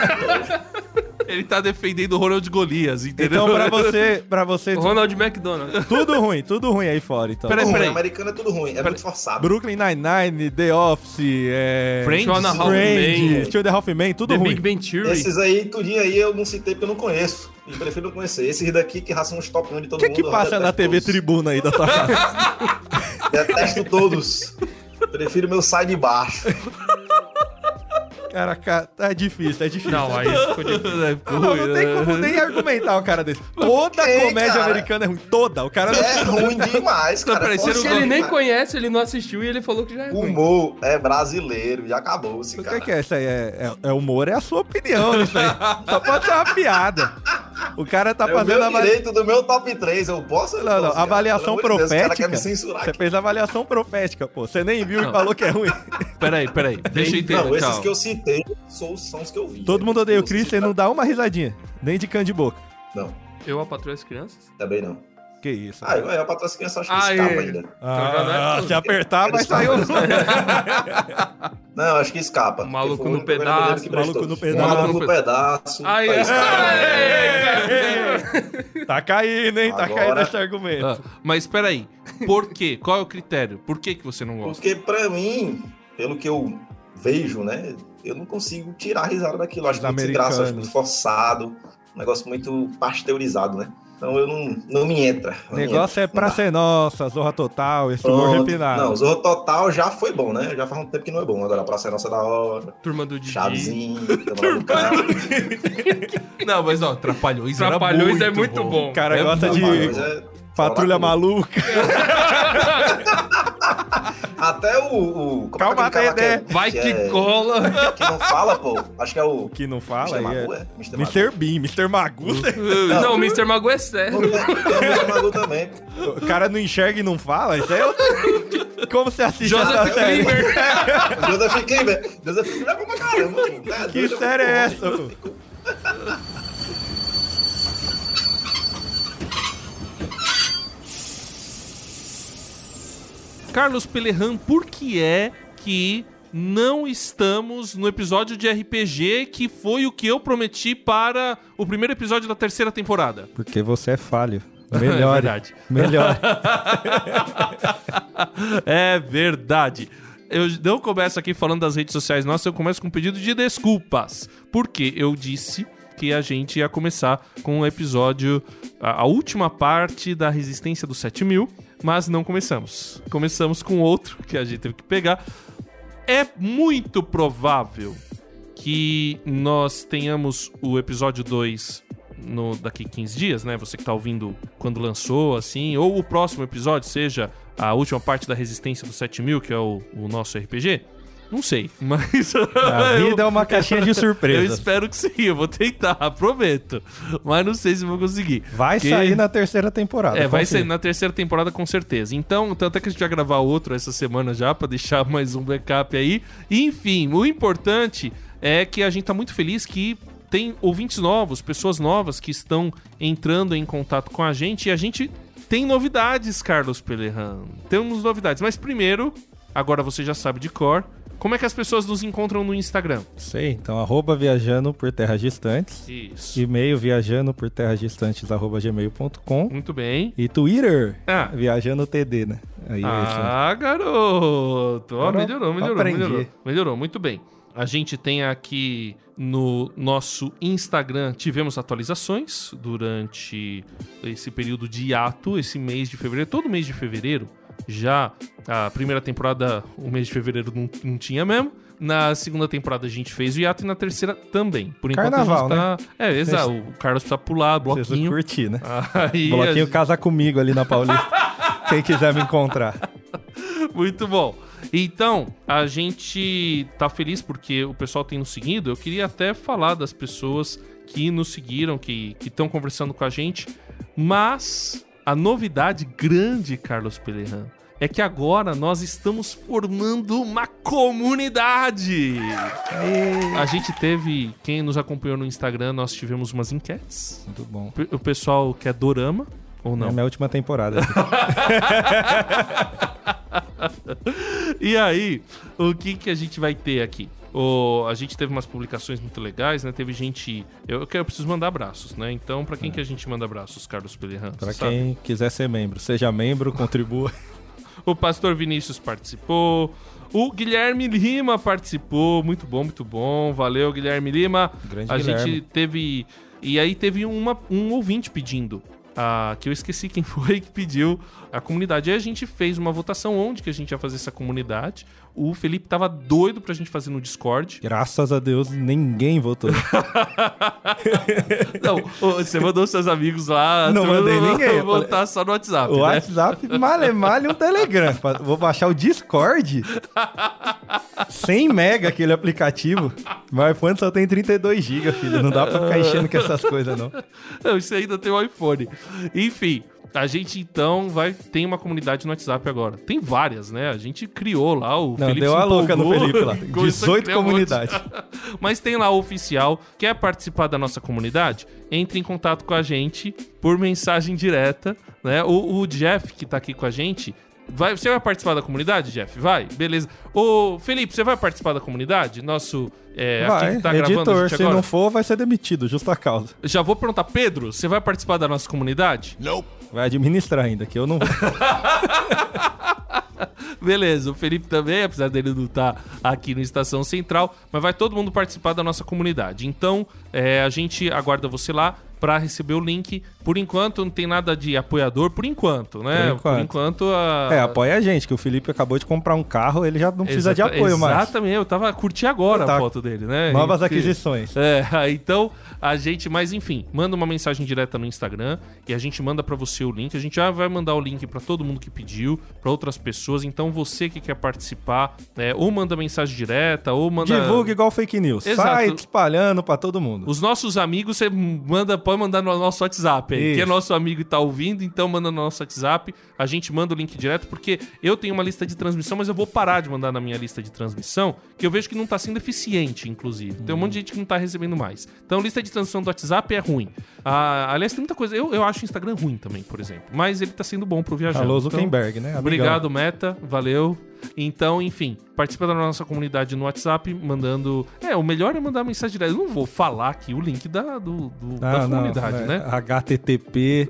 Ele tá defendendo o Ronald Golias, entendeu? Então, pra você, pra você, Ronald McDonald. tudo ruim, tudo ruim aí fora, então. Peraí, Tudo peraí. ruim, americano é tudo ruim, é muito forçado. Brooklyn Nine-Nine, The Office, é... Friends? Two and a Half Friends, Men. Two and a Half Men, tudo The ruim. Big Bang Theory. Esses aí, tudinho aí, eu não citei porque eu não conheço. E prefiro não conhecer. Esses daqui que raçam os top um de todo O que mundo. que eu passa na detesto T V todos. Tribuna aí da tua casa? Detesto todos. Prefiro meu sai de baixo. Cara, cara, tá difícil, é difícil. Não, aí ficou difícil. É, Não, não, não tem como nem argumentar um cara desse. Toda tem, comédia cara? americana é ruim. Toda. O cara não... É ruim demais, Não, cara. peraí, você não Se Forçado ele nem demais. conhece, ele não assistiu e ele falou que já é O ruim. humor é brasileiro, já acabou esse O cara. que, que é isso aí? É, é, é humor, é a sua opinião isso aí. Só pode ser uma piada. O cara tá É o fazendo meu avaliação. direito do meu top três, eu posso? Não, não, Posso, avaliação pelo amor de Deus, esse cara profética. quer me censurar Você aqui. fez avaliação profética, pô. Você nem viu Não. e falou que é ruim. Peraí, peraí. Deixa eu entender. Não, esses calma. que eu citei são, são os que eu vi. Todo mundo odeia o Esses Chris, que você eu não dá uma risadinha. Nem de cano de boca. Não, Eu, a Patroa e as Crianças? também não. Que isso. Ah, eu, eu patrocínio criança, acho que Aí. escapa ainda. Ah, Então já se apertar, vai sair um... Não, acho que escapa. O Maluco Porque foi o no único programa Pedaço, dele que prestou. Maluco no Pedaço. Maluco no pedaço. Aí, Aí, é. Tá caindo, hein? Tá Agora- caindo esse argumento. Ah, mas peraí. Por quê? Qual é o critério? Por que, que você não gosta? Porque pra mim, pelo que eu vejo, né, eu não consigo tirar a risada daquilo. Eu acho Os muito sem graça, eu acho americanos. muito forçado, um negócio muito pasteurizado, né? Então eu não, não me entra. O não me negócio entra, é não pra dá. ser nossa, Zorra Total, esse humor Pronto. refinado. Não, o Zorro Total já foi bom, né? Já faz um tempo que não é bom. Agora pra ser nossa é da hora. Turma do Didi. Chavezinho, Turma do Carro. Não, mas ó, Trapalhões, era Trapalhões muito é muito bom. O cara É gosta de Mas é- Patrulha falar tudo. Maluca. Até o. o como Calma, é aquele cara Dedé. que é- Vai que, é- cola. Que não fala, pô. Acho que é o. Que não fala mister aí Magoo, é... é? mister mister Bean, mister Magoo. Não, o mister Mago é sério. Magoo. Tem o mister Magoo também. O cara não enxerga e não fala? Isso aí é outro... Como você assiste essa Joseph série? Klimber. Joseph Klimber. Joseph Klimber é bom pra caramba, pô. É, Que doido, série pô. é essa, pô? Carlos Pelerran, por que é que não estamos no episódio de R P G que foi o que eu prometi para o primeiro episódio da terceira temporada? Porque você é falho. É Melhor. verdade. Melhor. É verdade. Eu não começo aqui falando das redes sociais nossas, eu começo com um pedido de desculpas. Porque eu disse que a gente ia começar com um episódio, a, a última parte da Resistência dos sete mil, mas não começamos. Começamos com outro que a gente teve que pegar. É muito provável que nós tenhamos o episódio dois no, daqui quinze dias, né? Você que tá ouvindo quando lançou, assim, ou o próximo episódio seja a última parte da Resistência dos sete mil, que é o, o nosso R P G. Não sei, mas... A vida é uma caixinha de Eu surpresas. espero que sim, eu vou tentar, prometo. Mas não sei se vou conseguir. Vai Porque- sair na terceira temporada. É, vai confia. sair na terceira temporada com certeza. Então, tanto é que a gente vai gravar outro essa semana já, pra deixar mais um backup aí. Enfim, o importante é que a gente tá muito feliz que tem ouvintes novos, pessoas novas que estão entrando em contato com a gente. E a gente tem novidades, Carlos Pelerran. Temos novidades. Mas primeiro, agora você já sabe de cor, como é que as pessoas nos encontram no Instagram? Sei, então arroba viajando por terras distantes. Isso. E-mail viajando por terras distantes arroba gmail ponto com. Muito bem. E Twitter, Ah. viajando T D, né? Aí é isso. Ah, garoto! Ó, Agora melhorou, melhorou, aprendi. melhorou. Melhorou, muito bem. A gente tem aqui no nosso Instagram, tivemos atualizações durante esse período de hiato, esse mês de fevereiro, todo mês de fevereiro. Já a primeira temporada, o mês de fevereiro não, não tinha mesmo, Na segunda temporada a gente fez o hiato e na terceira também. Por enquanto Carnaval, a gente tá... né? É, exato. O Carlos precisa pular, bloquinho. Preciso curtir, né? Aí bloquinho gente... casa comigo ali na Paulista. Quem quiser me encontrar. Muito bom. Então, a gente tá feliz porque o pessoal tem nos seguido. Eu queria até falar das pessoas que nos seguiram, que estão conversando com a gente. Mas a novidade grande, Carlos Pelerran, é que agora nós estamos formando uma comunidade. Aê. A gente teve, quem nos acompanhou no Instagram, nós tivemos umas enquetes. Muito bom. O pessoal quer dorama ou não? É a minha última temporada. E aí, o que, que a gente vai ter aqui? O, a gente teve umas publicações muito legais, né? Teve gente... Eu, eu, quero, eu preciso mandar abraços, né? Então, pra quem é. que a gente manda abraços, Carlos Pelerran? Pra quem sabe? quiser ser membro. Seja membro, contribua. O Pastor Vinícius participou. O Guilherme Lima participou. Muito bom, muito bom. Valeu, Guilherme Lima. Grande a Guilherme. gente teve... E aí teve uma, um ouvinte pedindo. Ah, que eu esqueci quem foi que pediu a comunidade. Aí a gente fez uma votação onde que a gente ia fazer essa comunidade. O Felipe tava doido pra gente fazer no Discord. Graças a Deus, ninguém votou. Não, você mandou seus amigos lá. Não mandei ninguém. Vou votar só no WhatsApp, O né? WhatsApp, male male um Telegram. Vou baixar o Discord. cem mega aquele aplicativo. Meu iPhone só tem trinta e dois gigas, filho. Não dá pra ficar enchendo com essas coisas, não. Não, isso ainda tem o iPhone. Enfim... A gente, então, vai tem uma comunidade no WhatsApp agora. Tem várias, né? A gente criou lá o Não, Felipe deu a louca no Felipe lá. Tem dezoito comunidades. Um Mas tem lá o oficial. Quer participar da nossa comunidade? Entre em contato com a gente por mensagem direta, né? O, o Jeff, que tá aqui com a gente... Vai, você vai participar da comunidade, Jeff? Vai? Beleza. Ô, Felipe, você vai participar da comunidade? Nosso... É, vai, aqui que tá editor, gravando a gente se agora. não for, vai ser demitido, justa causa. Já vou perguntar, Pedro, você vai participar da nossa comunidade? Não. Vai administrar ainda, que eu não vou. Beleza, o Felipe também, apesar dele não estar aqui no Estação Central, mas vai todo mundo participar da nossa comunidade. Então, é, a gente aguarda você lá para receber o link. Por enquanto, não tem nada de apoiador, por enquanto, né? Por enquanto. Por enquanto a... É, apoia a gente, que o Felipe acabou de comprar um carro, ele já não precisa Exata, de apoio mais. Exatamente, eu tava curtindo agora tá. a foto dele, né? Novas e, aquisições. É, então a gente, mas enfim, manda uma mensagem direta no Instagram e a gente manda pra você o link. A gente já vai mandar o link pra todo mundo que pediu, pra outras pessoas. Então você que quer participar, é, ou manda mensagem direta, ou manda... Divulga igual fake news. Exato. Sai espalhando pra todo mundo. Os nossos amigos, você manda, pode mandar no nosso WhatsApp aí. Quem é nosso amigo e tá ouvindo, então manda no nosso WhatsApp. A gente manda o link direto, porque eu tenho uma lista de transmissão, mas eu vou parar de mandar na minha lista de transmissão, que eu vejo que não tá sendo eficiente, inclusive. Tem um monte de gente que não tá recebendo mais. Então, lista de transmissão do WhatsApp é ruim. Ah, aliás, tem muita coisa. Eu, eu acho o Instagram ruim também, por exemplo. Mas ele tá sendo bom pro viajante. Alô, Zuckerberg, então, né? Amigão. Obrigado, Meta. Valeu. Então, enfim, participa da nossa comunidade no WhatsApp, mandando... É, o melhor é mandar mensagem direta. Eu não vou falar aqui o link da, do, do ah, da não, comunidade, é, né? H T T P...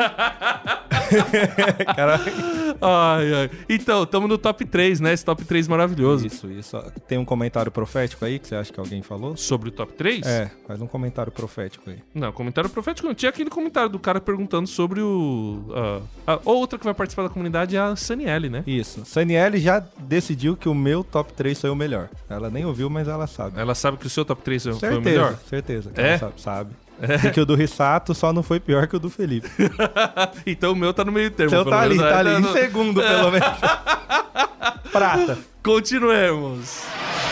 Ai, ai. Então, estamos no top três, né? Esse top três maravilhoso. Isso, isso. Tem um comentário profético aí que você acha que alguém falou? Sobre o top três? É, faz um comentário profético aí. Não, comentário profético não. Tinha aquele comentário do cara perguntando sobre o... Uh, a outra que vai participar da comunidade é a Saniele, né? Isso. Saniele já decidiu que o meu top três foi o melhor. Ela nem ouviu, mas ela sabe. Ela sabe que o seu top três certeza, foi o melhor? Certeza, que é? ela sabe. sabe. É. E que o do Rissato só não foi pior que o do Felipe. Então o meu tá no meio termo. Então tá ali, menos. tá ali, tá em no... segundo pelo menos. Prata. Continuemos.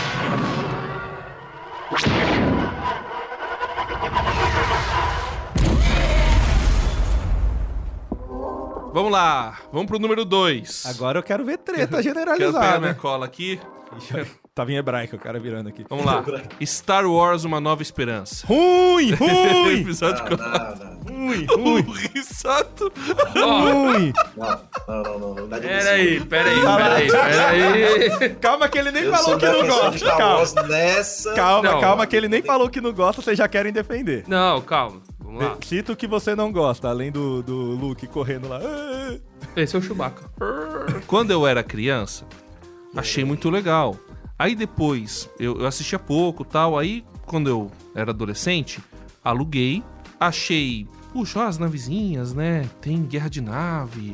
Vamos lá, vamos pro número dois. Agora eu quero ver treta generalizada. Quero pegar minha cola aqui. Ixi, tava em hebraico, o cara virando aqui. Vamos lá. Star Wars, Uma Nova Esperança. Ruim, ruim. Episódio não, não, não. Ruim, ruim. O Rissato. Ruim. Não, não, não, não. não Peraí, peraí, peraí, peraí. Calma que ele nem eu falou que não gosta. Calma, nessa... calma, Não. calma que ele nem falou que não gosta, vocês já querem defender. Não, calma. Vamos lá. Cita o que você não gosta, além do, do Luke correndo lá. Esse é o Chewbacca. Quando eu era criança, achei muito legal. Aí depois, eu, eu assistia pouco e tal. Aí, quando eu era adolescente, aluguei. Achei, puxa, ó, as navezinhas, né? Tem guerra de nave.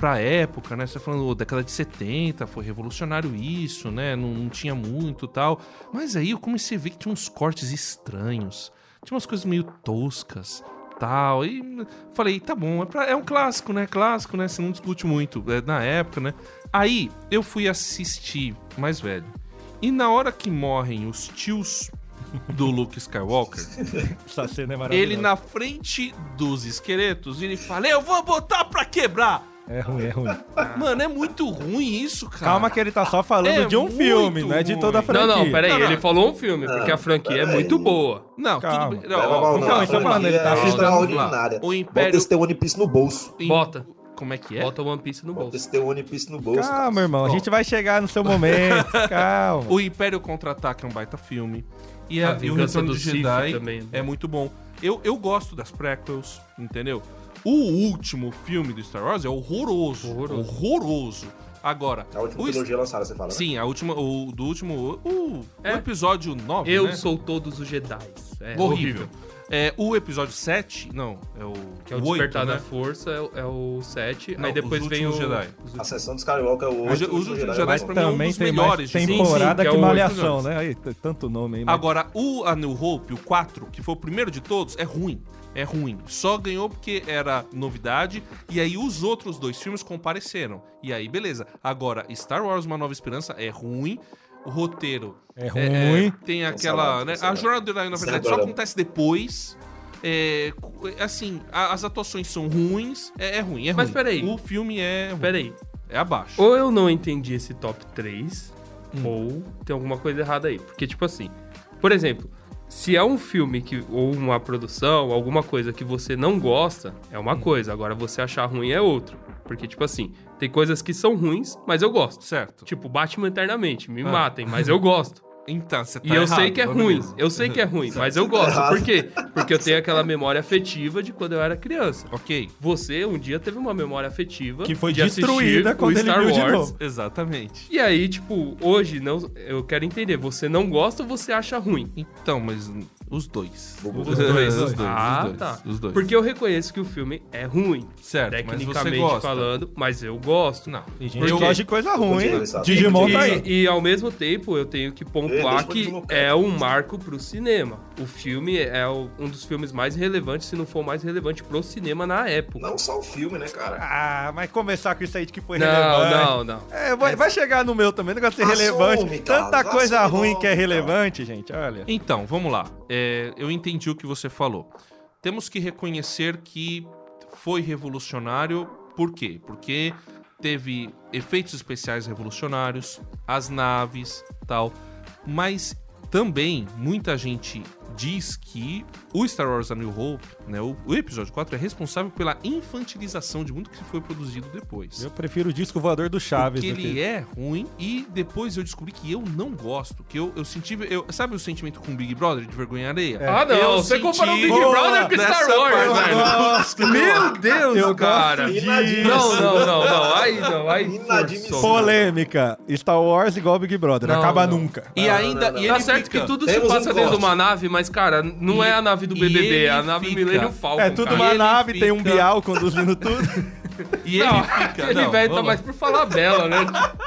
pra época, né? Você tá falando, década de setenta, foi revolucionário isso, né? Não, não tinha muito e tal. Mas aí eu comecei a ver que tinha uns cortes estranhos. Tinha umas coisas meio toscas, tal. E falei, tá bom, é, pra, é um clássico, né? Clássico, né? Você não discute muito é, na época, né? Aí eu fui assistir mais velho. E na hora que morrem os tios do Luke Skywalker, essa cena é maravilhosa. Ele na frente dos esqueletos, ele fala, eu vou botar pra quebrar. É ruim, é ruim. Mano, é muito ruim isso, cara. Calma que ele tá só falando é de um filme, não é de toda a franquia. Não, não, peraí, não, não. ele falou um filme, porque a franquia é muito boa. Não, Calma. tudo bem. Não, ó, não, não, isso eu falando, ele tá extraordinária. O Império... Bota esse teu One Piece no bolso. Bota. Como é que é? Bota o One Piece no bolso. Bota esse teu One Piece no bolso. Calma, cara. irmão, a gente vai chegar no seu momento, calma. O Império Contra-Ataca é um baita filme. E, A a, e o Vingança Retorno do do Sith Jedi também, né? é muito bom. Eu, eu gosto das prequels, entendeu? O último filme do Star Wars é horroroso. Horroroso. Horroroso. Agora... A última o trilogia lançada, você fala, né? Sim, a última, o do último... O, É. o episódio nove, Eu né? sou todos os Jedi. É horrível. É, o episódio sete, não, é o Que é o o oito, Despertar né? da Força, é o, é o sete. Não, aí depois os vem o... Últimos Jedi. os A Sessão dos Skywalker é o Os, oito. os últimos Jedi Jedi é pra mim é um Também dos tem melhores. mais de temporada sim, que é que o Malhação, oito né? Aí, t- tanto nome aí, né? Agora, o A New Hope, o quatro, que foi o primeiro de todos, é ruim. É ruim. Só ganhou porque era novidade. E aí os outros dois filmes compareceram. E aí, beleza. Agora, Star Wars Uma Nova Esperança é ruim. O roteiro É ruim. tem aquela... Cancelado, né? A cancelado. jornada do herói, na verdade, só Cancelado. acontece depois. É, cu- assim, a- as atuações são ruins. É, é ruim, é ruim. Mas peraí. O filme é ruim. Peraí. É abaixo. Ou eu não entendi esse top três, Hum. ou tem alguma coisa errada aí. Porque, tipo assim, por exemplo, se é um filme que, ou uma produção, alguma coisa que você não gosta, é Hum. uma coisa. Agora, você achar ruim é outro. Porque, tipo assim, tem coisas que são ruins, mas eu gosto. Certo. Tipo, Batman Eternamente, me Ah. matem, mas eu gosto. Então, você tá E eu errado, sei que é mas ruim, beleza. eu sei que é ruim, mas eu tá gosto. errado. Por quê? Porque eu tenho aquela memória afetiva de quando eu era criança. Ok. Você um dia teve uma memória afetiva Que foi de assistir destruída o quando ele Star viu de Wars. novo. Exatamente. E aí, tipo, hoje não, eu quero entender, você não gosta ou você acha ruim? Então, mas os dois. Os Os dois. dois, os dois, Ah, os dois, tá. os dois. Porque eu reconheço que o filme é ruim, Certo, mas você tecnicamente gosta. falando, mas eu gosto. Não. E gente Por quê? gosta de coisa ruim. Digimon, Digimon tá aí. E, e ao mesmo tempo eu tenho que Ei, pontuar deixa eu que deslocar. é um marco pro cinema. O filme é o- um dos filmes mais relevantes, se não for o mais relevante pro cinema na época. Não só o filme, né, cara? Ah, mas começar com isso aí de que foi Não, relevante. não, não. É, vai, vai chegar no meu também, negócio de ser Assume, relevante. Carlos, Tanta coisa assume ruim logo, que é cara. relevante, gente, olha. Então, vamos lá. É, eu entendi o que você falou. Temos que reconhecer que foi revolucionário. Por quê? Porque teve efeitos especiais revolucionários, as naves, tal. Mas também muita gente diz que o Star Wars A New Hope, né, o, o episódio quatro, é responsável pela infantilização de muito que foi produzido depois. Eu prefiro o disco voador do Chaves. Porque do ele que... é ruim e depois eu descobri que eu não gosto. Que eu, eu senti. Eu, sabe o sentimento com Big Brother de vergonha alheia? É. Ah, não, Eu você senti comparou Big Boa, Brother com Star nessa Wars, parte. velho. gosto, Meu Deus, eu cara. gosto Inadmissível. Não, não, não, não. Aí não, aí Inadmissível. forçou. Polêmica. Star Wars igual Big Brother. Não, Acaba não. nunca. E Não, ainda. não, não. E Tá ele certo fica- que tudo se Temos um passa dentro de corte. uma nave, mas, cara, não E- é a nave do e B B B, é a ele nave fica- Millennium Falcon, É tudo cara. uma ele nave, tem um fica- Bial conduzindo tudo. E ele Não, fica. aquele não, velho tá vamos mais lá. por falar bela, né?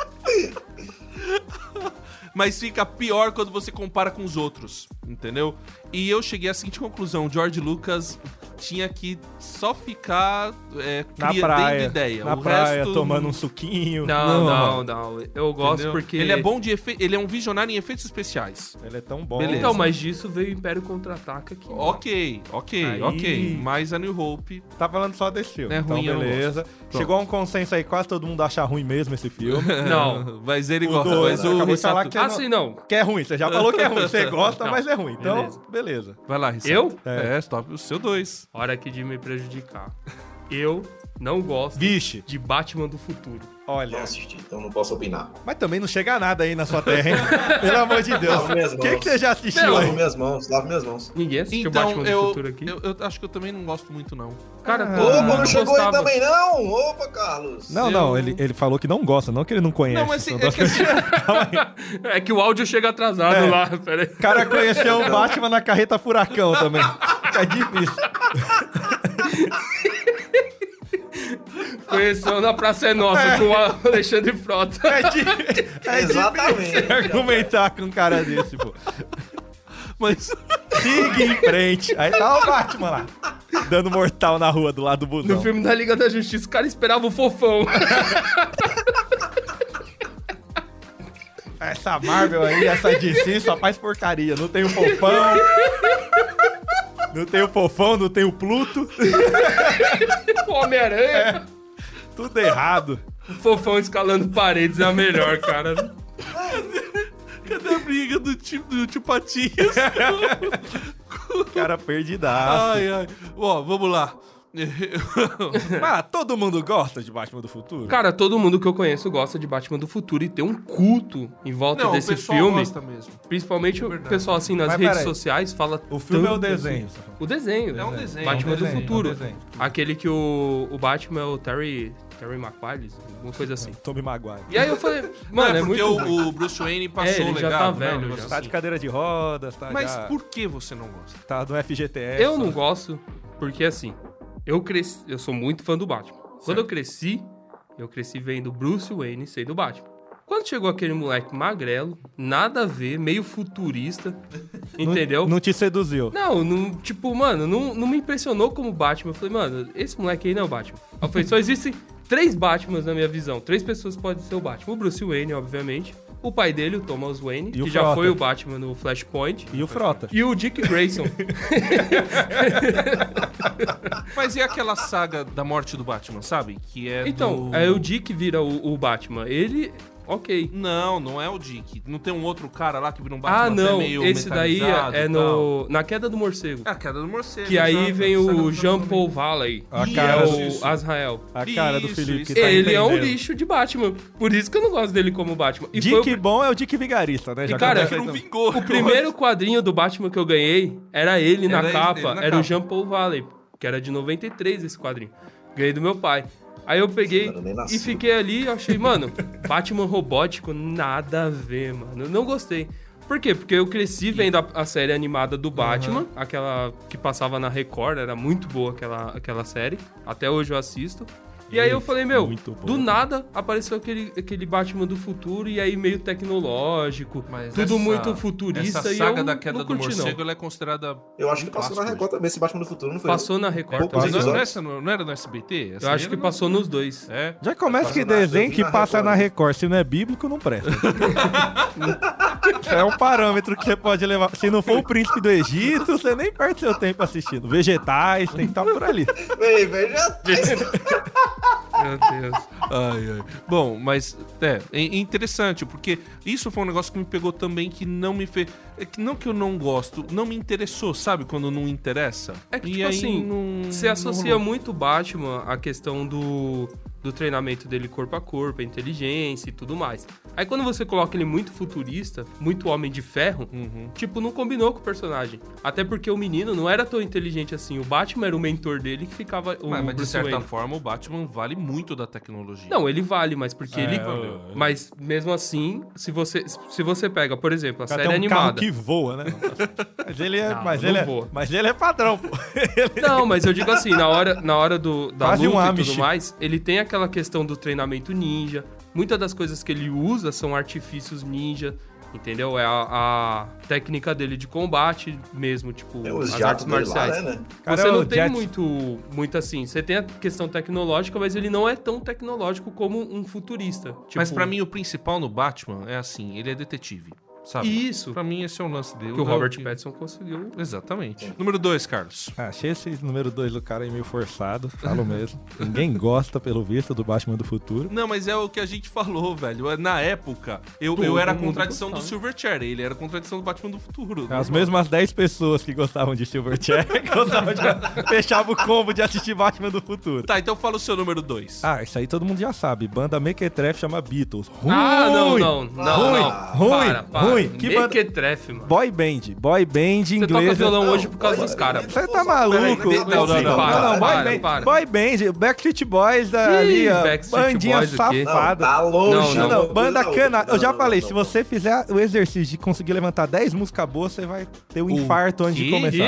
Mas fica pior quando você compara com os outros, entendeu? E eu cheguei à seguinte conclusão: George Lucas tinha que só ficar é, Na cria- praia. dando ideia. Na o praia, resto, tomando um suquinho. Não, não, não. Eu gosto entendeu? porque... Ele é bom de efeito. Ele é um visionário em efeitos especiais. Ele é tão bom. Beleza. Então, mas disso veio o Império Contra-Ataca aqui. Ok, ok, Aí- ok. Mas a New Hope. Tá falando só desse filme. É então, ruim, eu não beleza. gosto. Chegou a um consenso aí, quase todo mundo acha ruim mesmo esse filme. Não. Mas ele O gosta. dois, Mas né? o Acabou de falar Risato- que- Ah, sim, não. Que é ruim, você já falou que é ruim. Você gosta, Não. mas é ruim. Então, Beleza. beleza. Vai lá, Risato. Eu? É, stop o seu dois. Hora aqui de me prejudicar. Eu não gosto Vixe, de Batman do Futuro. olha. Não assisti, então não posso opinar. Mas também não chega a nada aí na sua terra, hein? Pelo amor de Deus. Lavo minhas O que, mãos. que você já assistiu Não. Lavo aí? minhas mãos, lavo minhas mãos. Ninguém assistiu Então, Batman do eu, Futuro aqui? eu, eu acho que eu também não gosto muito, não. Cara, Ah. todo Opa, mundo não chegou aí gostava. também não! Opa, Carlos! Não, Eu- não, ele, ele falou que não gosta, não que ele não conhece. Não, mas assim, São é duas que assim, É que o áudio chega atrasado É. lá. Pera aí. O cara conheceu o Batman na carreta furacão também. É difícil. Conheceu na Praça é Nossa é. com o Alexandre Frota. É de, é Exatamente. De argumentar com um cara desse, pô. Mas siga em frente. Aí tá o Batman lá, dando mortal na rua do lado do busão. No filme da Liga da Justiça, o cara esperava o Fofão. Essa Marvel aí, essa D C só faz porcaria. Não tem o Fofão. Não tem o Fofão, não tem o Pluto. O Homem-Aranha. É, tudo errado. O Fofão escalando paredes é a melhor, cara. Cadê a briga do tio, do tio Patinhas? Cara perdidaço. Ai, ai. Ó, vamos lá. Ah, todo mundo gosta de Batman do Futuro? Cara, todo mundo que eu conheço gosta de Batman do Futuro e tem um culto em volta Não, desse o pessoal filme. Gosta mesmo. Principalmente é o pessoal assim nas Mas, redes peraí. sociais fala. O filme é o tanto desenho. assim. O desenho. É um desenho. Batman é um desenho, do Futuro. é um desenho. Aquele que o, o Batman é o Terry. Terry McFarlane, alguma coisa assim. Tobey Maguire. E aí eu falei, mano, Não, é, é porque muito. o, o Bruce Wayne passou É, ele já legal. tá não, velho, não, já. Tá de cadeira de rodas, tá Mas já... por que você não gosta? Tá no F G T S. Eu não gosto, porque assim, eu cresci. Eu sou muito fã do Batman. Quando eu cresci, eu cresci vendo Bruce Wayne sendo Batman. Quando chegou aquele moleque magrelo, nada a ver, meio futurista, entendeu? Não, não te seduziu. Não, não, tipo, mano, não, não me impressionou como Batman. Eu falei, mano, esse moleque aí não é o Batman. Eu falei, só existem três Batmans na minha visão. Três pessoas podem ser o Batman. O Bruce Wayne, obviamente. O pai dele, o Thomas Wayne, E que o já Frota. foi o Batman no Flashpoint. E o Frota. E o Dick Grayson. Mas e aquela saga da morte do Batman, sabe? Que é Então, do... aí o Dick vira o, o Batman. Ele, ok. Não, não é o Dick. Não tem um outro cara lá que vira um Batman Ah, até não. meio Esse daí metalizado é, é e no, na Queda do Morcego. tal. É a queda do morcego. Que aí exato. vem Saga o do Jean Batman. Paul Valley, A que cara é disso. o Azrael. A cara do Isso, Felipe isso. que tá Ele é um entendendo. lixo de Batman. Por isso que eu não gosto dele como Batman. E foi Dick o, bom é o Dick Vigarista, né? Já cara, começa que aí não também. vingou. o primeiro quadrinho do Batman que eu ganhei era ele na Era ele- capa. ele na era capa. o Jean Paul Valley, que era de noventa e três esse quadrinho. Ganhei do meu pai. Aí eu peguei Eu nem nasci. e fiquei ali e achei, mano, Batman robótico, nada a ver, mano. Eu não gostei. Por quê? Porque eu cresci vendo a, a série animada do Batman, uhum. aquela que passava na Record, era muito boa aquela, aquela série. Até hoje eu assisto. E aí eu falei, meu, muito bom. do nada apareceu aquele, aquele Batman do futuro e aí meio tecnológico, Mas tudo essa- muito futurista Essa e saga eu da queda não do curti, morcego, não. ela é considerada... Eu acho que um passou na clássico Record também, esse Batman do Futuro, não foi? Passou na Record Poucos também. Mas não, episódios. não, essa não, não era no S B T? Essa Eu aí acho que era no- passou nos dois. É. Já começa que Passa na- desenho eu vi que na passa Record. na Record. Se não é bíblico, não presta. Isso é um parâmetro que você pode levar. Se não for o príncipe do Egito, você nem perde seu tempo assistindo. Vegetais, tem que estar por ali. Ei, veja. Meu Deus. Ai, ai. Bom, mas é, é interessante, porque isso foi um negócio que me pegou também, que não me fez... É que não que eu não gosto, não me interessou, sabe? Quando não interessa. É que, E tipo aí assim, não- você não associa rolou. muito Batman à questão do, do treinamento dele corpo a corpo, a inteligência e tudo mais. Aí quando você coloca ele muito futurista, muito Homem de Ferro, Uhum. tipo, não combinou com o personagem. Até porque o menino não era tão inteligente assim. O Batman era o mentor dele que ficava... O Mas, mas de Bruce certa Wayne. forma, o Batman vale muito da tecnologia. Não, ele vale, mas porque É, ele... eu- Mas mesmo assim, se você, se você pega, por exemplo, a Até série um animada... carro que voa, né? Mas ele é, Não, mas não ele é, voa. mas ele é padrão, pô. Não, mas eu digo assim, na hora, na hora do, da Quase um luta e Amish. tudo mais, ele tem aquela questão do treinamento ninja. Muitas das coisas que ele usa são artifícios ninja, entendeu? É a, a técnica dele de combate mesmo, tipo, É os as jatos artes dele lá, marciais. né, né? Cara, Você é não o tem Jets. muito, muito assim. Você tem a questão tecnológica, mas ele não é tão tecnológico como um futurista. Tipo, Mas pra mim, o principal no Batman é assim, ele é detetive, sabe? Isso. Pra mim, esse é o lance dele. Que o Robert Pattinson conseguiu. Exatamente. Número dois, Carlos. Ah, achei esse número dois do cara aí meio forçado, falo mesmo. Ninguém gosta, pelo visto, do Batman do futuro. Não, mas é o que a gente falou, velho. Na época, eu, Todo eu era a mundo contradição do gostava. Silverchair. Ele era a contradição do Batman do futuro. As normal. mesmas dez pessoas que gostavam de Silverchair gostavam de... fechava o combo de assistir Batman do futuro. Tá, então fala o seu número dois. Ah, isso aí todo mundo já sabe. Banda Mequetrefe chama Beatles. Ruim! Ah, não, não, não, Ruim, não. ruim, para, para. ruim. Que banda- Mequetrefe, mano. Boy band. Boy band Você inglesa. toca violão Não, hoje por causa olha, dos caras. Você tá maluco? Peraí, não, não, não, para, não, para, boy, band, para. boy band, Backstreet Boys ali, Ih, ó, Backstreet bandinha Boys, o quê? safada. Tá longe. Não, Não, não, banda Não, cana. não, Eu já não, falei, não, se não. você fizer o exercício de conseguir levantar dez músicas boas, você vai ter um O infarto antes de quê? começar. Quê?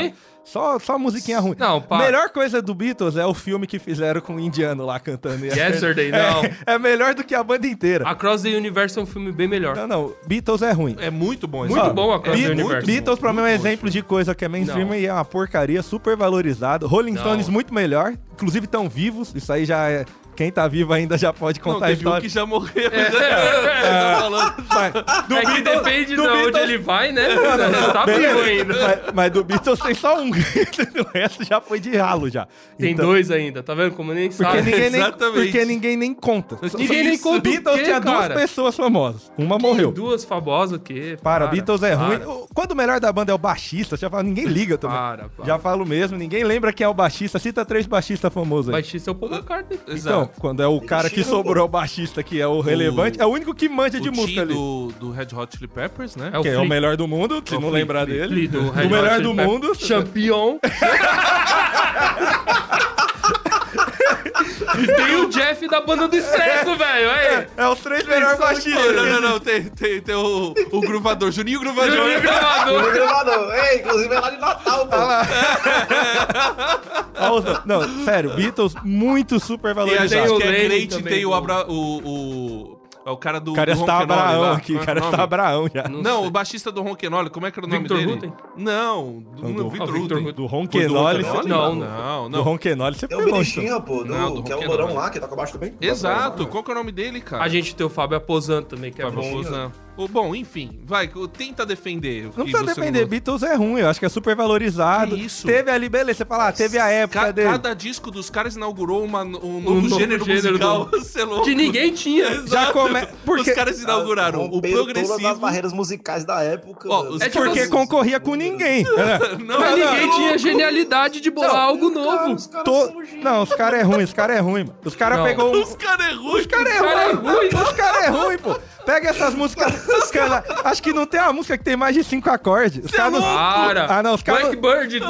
Só, só musiquinha ruim. Não, para. Melhor coisa do Beatles é o filme que fizeram com o indiano lá cantando. Yesterday, não. É, é melhor do que a banda inteira. Across the Universe é um filme bem melhor. Não, não. Beatles é ruim. É muito bom esse Muito filme. bom Across Be the Universe. Beatles, pra mim, é um Muito bom exemplo esse de coisa que é mainstream Não. e é uma porcaria super valorizada. Rolling Não. Stones, muito melhor. Inclusive, estão vivos. Isso aí já é... Quem tá vivo ainda já pode contar Não, a teve um história. que já morreu. Já, tá falando. Mas, do É que Beatles- depende de do onde Beatles- ele vai, né? Tá Beleza. vivo ainda. Mas, mas do Beatles tem só um. O resto já foi de ralo já. Tem Então, dois ainda, tá vendo? Como nem Porque sabe. ninguém, nem, Exatamente. porque ninguém nem conta. Ninguém nem Isso. conta o Beatles quê, tinha duas cara? pessoas famosas. Uma morreu. Duas famosas o quê? Para, Beatles é para. ruim. O- Quando o melhor da banda é o baixista, já falo, ninguém liga também. Para, para. Já falo mesmo, ninguém lembra quem é o baixista. Cita três baixistas famosos aí. Baixista é o Paul McCartney. Então, Exato. quando é o cara que tira, sobrou é o baixista, que é o relevante, é o único que manja de O música Tim ali. do, do Red Hot Chili Peppers, né? É o Que é o Flea. melhor do mundo, se É o não Flea, lembrar Flea. dele. Flea do Red O Hot melhor Chili do Peppers. mundo. Champion. E tem o Jeff da banda do Expresso, velho. Aí. É os três melhores baixistas. Não, não, não, tem, tem, tem o, o Gruvador, Juninho Gruvador. Juninho Gravador. O gravador. Ei, inclusive é lá de Natal, pô. Ah, os- Não, sério, Beatles muito super E a valorizado. gente o que é Lennon crente também, tem o, do- Abra, o, o, é o cara do O cara do está Ronquenoli Abraão lá. aqui, o Qual é cara nome? está Abraão já. Não Não, sei. o baixista do Ronquenoli, como é que era o nome Victor dele? Houghton? Não, do, Não, não, do- Victor Ah, Victor Houghton. Do Foi Ronquenoli, Ronquenoli? você- Não, não, Do não. Ronquenoli você Tem foi o longe. Belichinha, pô, do, Não, do que é o Ronquenoli. Lourão lá, que toca baixo também. Exato, qual que é o nome dele, cara? A gente tem o Fábio Aposan também, que é Fábio bom. Aposan. O- Bom, enfim, vai, tenta defender. o Não que precisa você defender, não- Beatles é ruim, eu acho que é super valorizado. Que isso? Teve ali, beleza, você fala, ah, teve a época Ca- dele. Cada disco dos caras inaugurou uma- um novo novo gênero, gênero musical. do- Você é louco. Que ninguém tinha. Já Exato. come... Porque, Os caras inauguraram o Romperam todas as progressivo. barreiras musicais da época. Ó, mano. os- É tipo porque assim, concorria com ninguém. Não, Mas não, ninguém não. tinha genialidade de bolar algo novo. Os caras To- são gênios. Não, os caras é ruim, os caras é ruim. mano. Os caras Não. pegou um... Os caras é ruim. Os caras é cara é ruim. ruim. Os caras é ruim, pô. Pega essas músicas. Cara, acho que não tem uma música que tem mais de cinco acordes. Os caras não... Para. Ah, não, os caras não... Blackbird.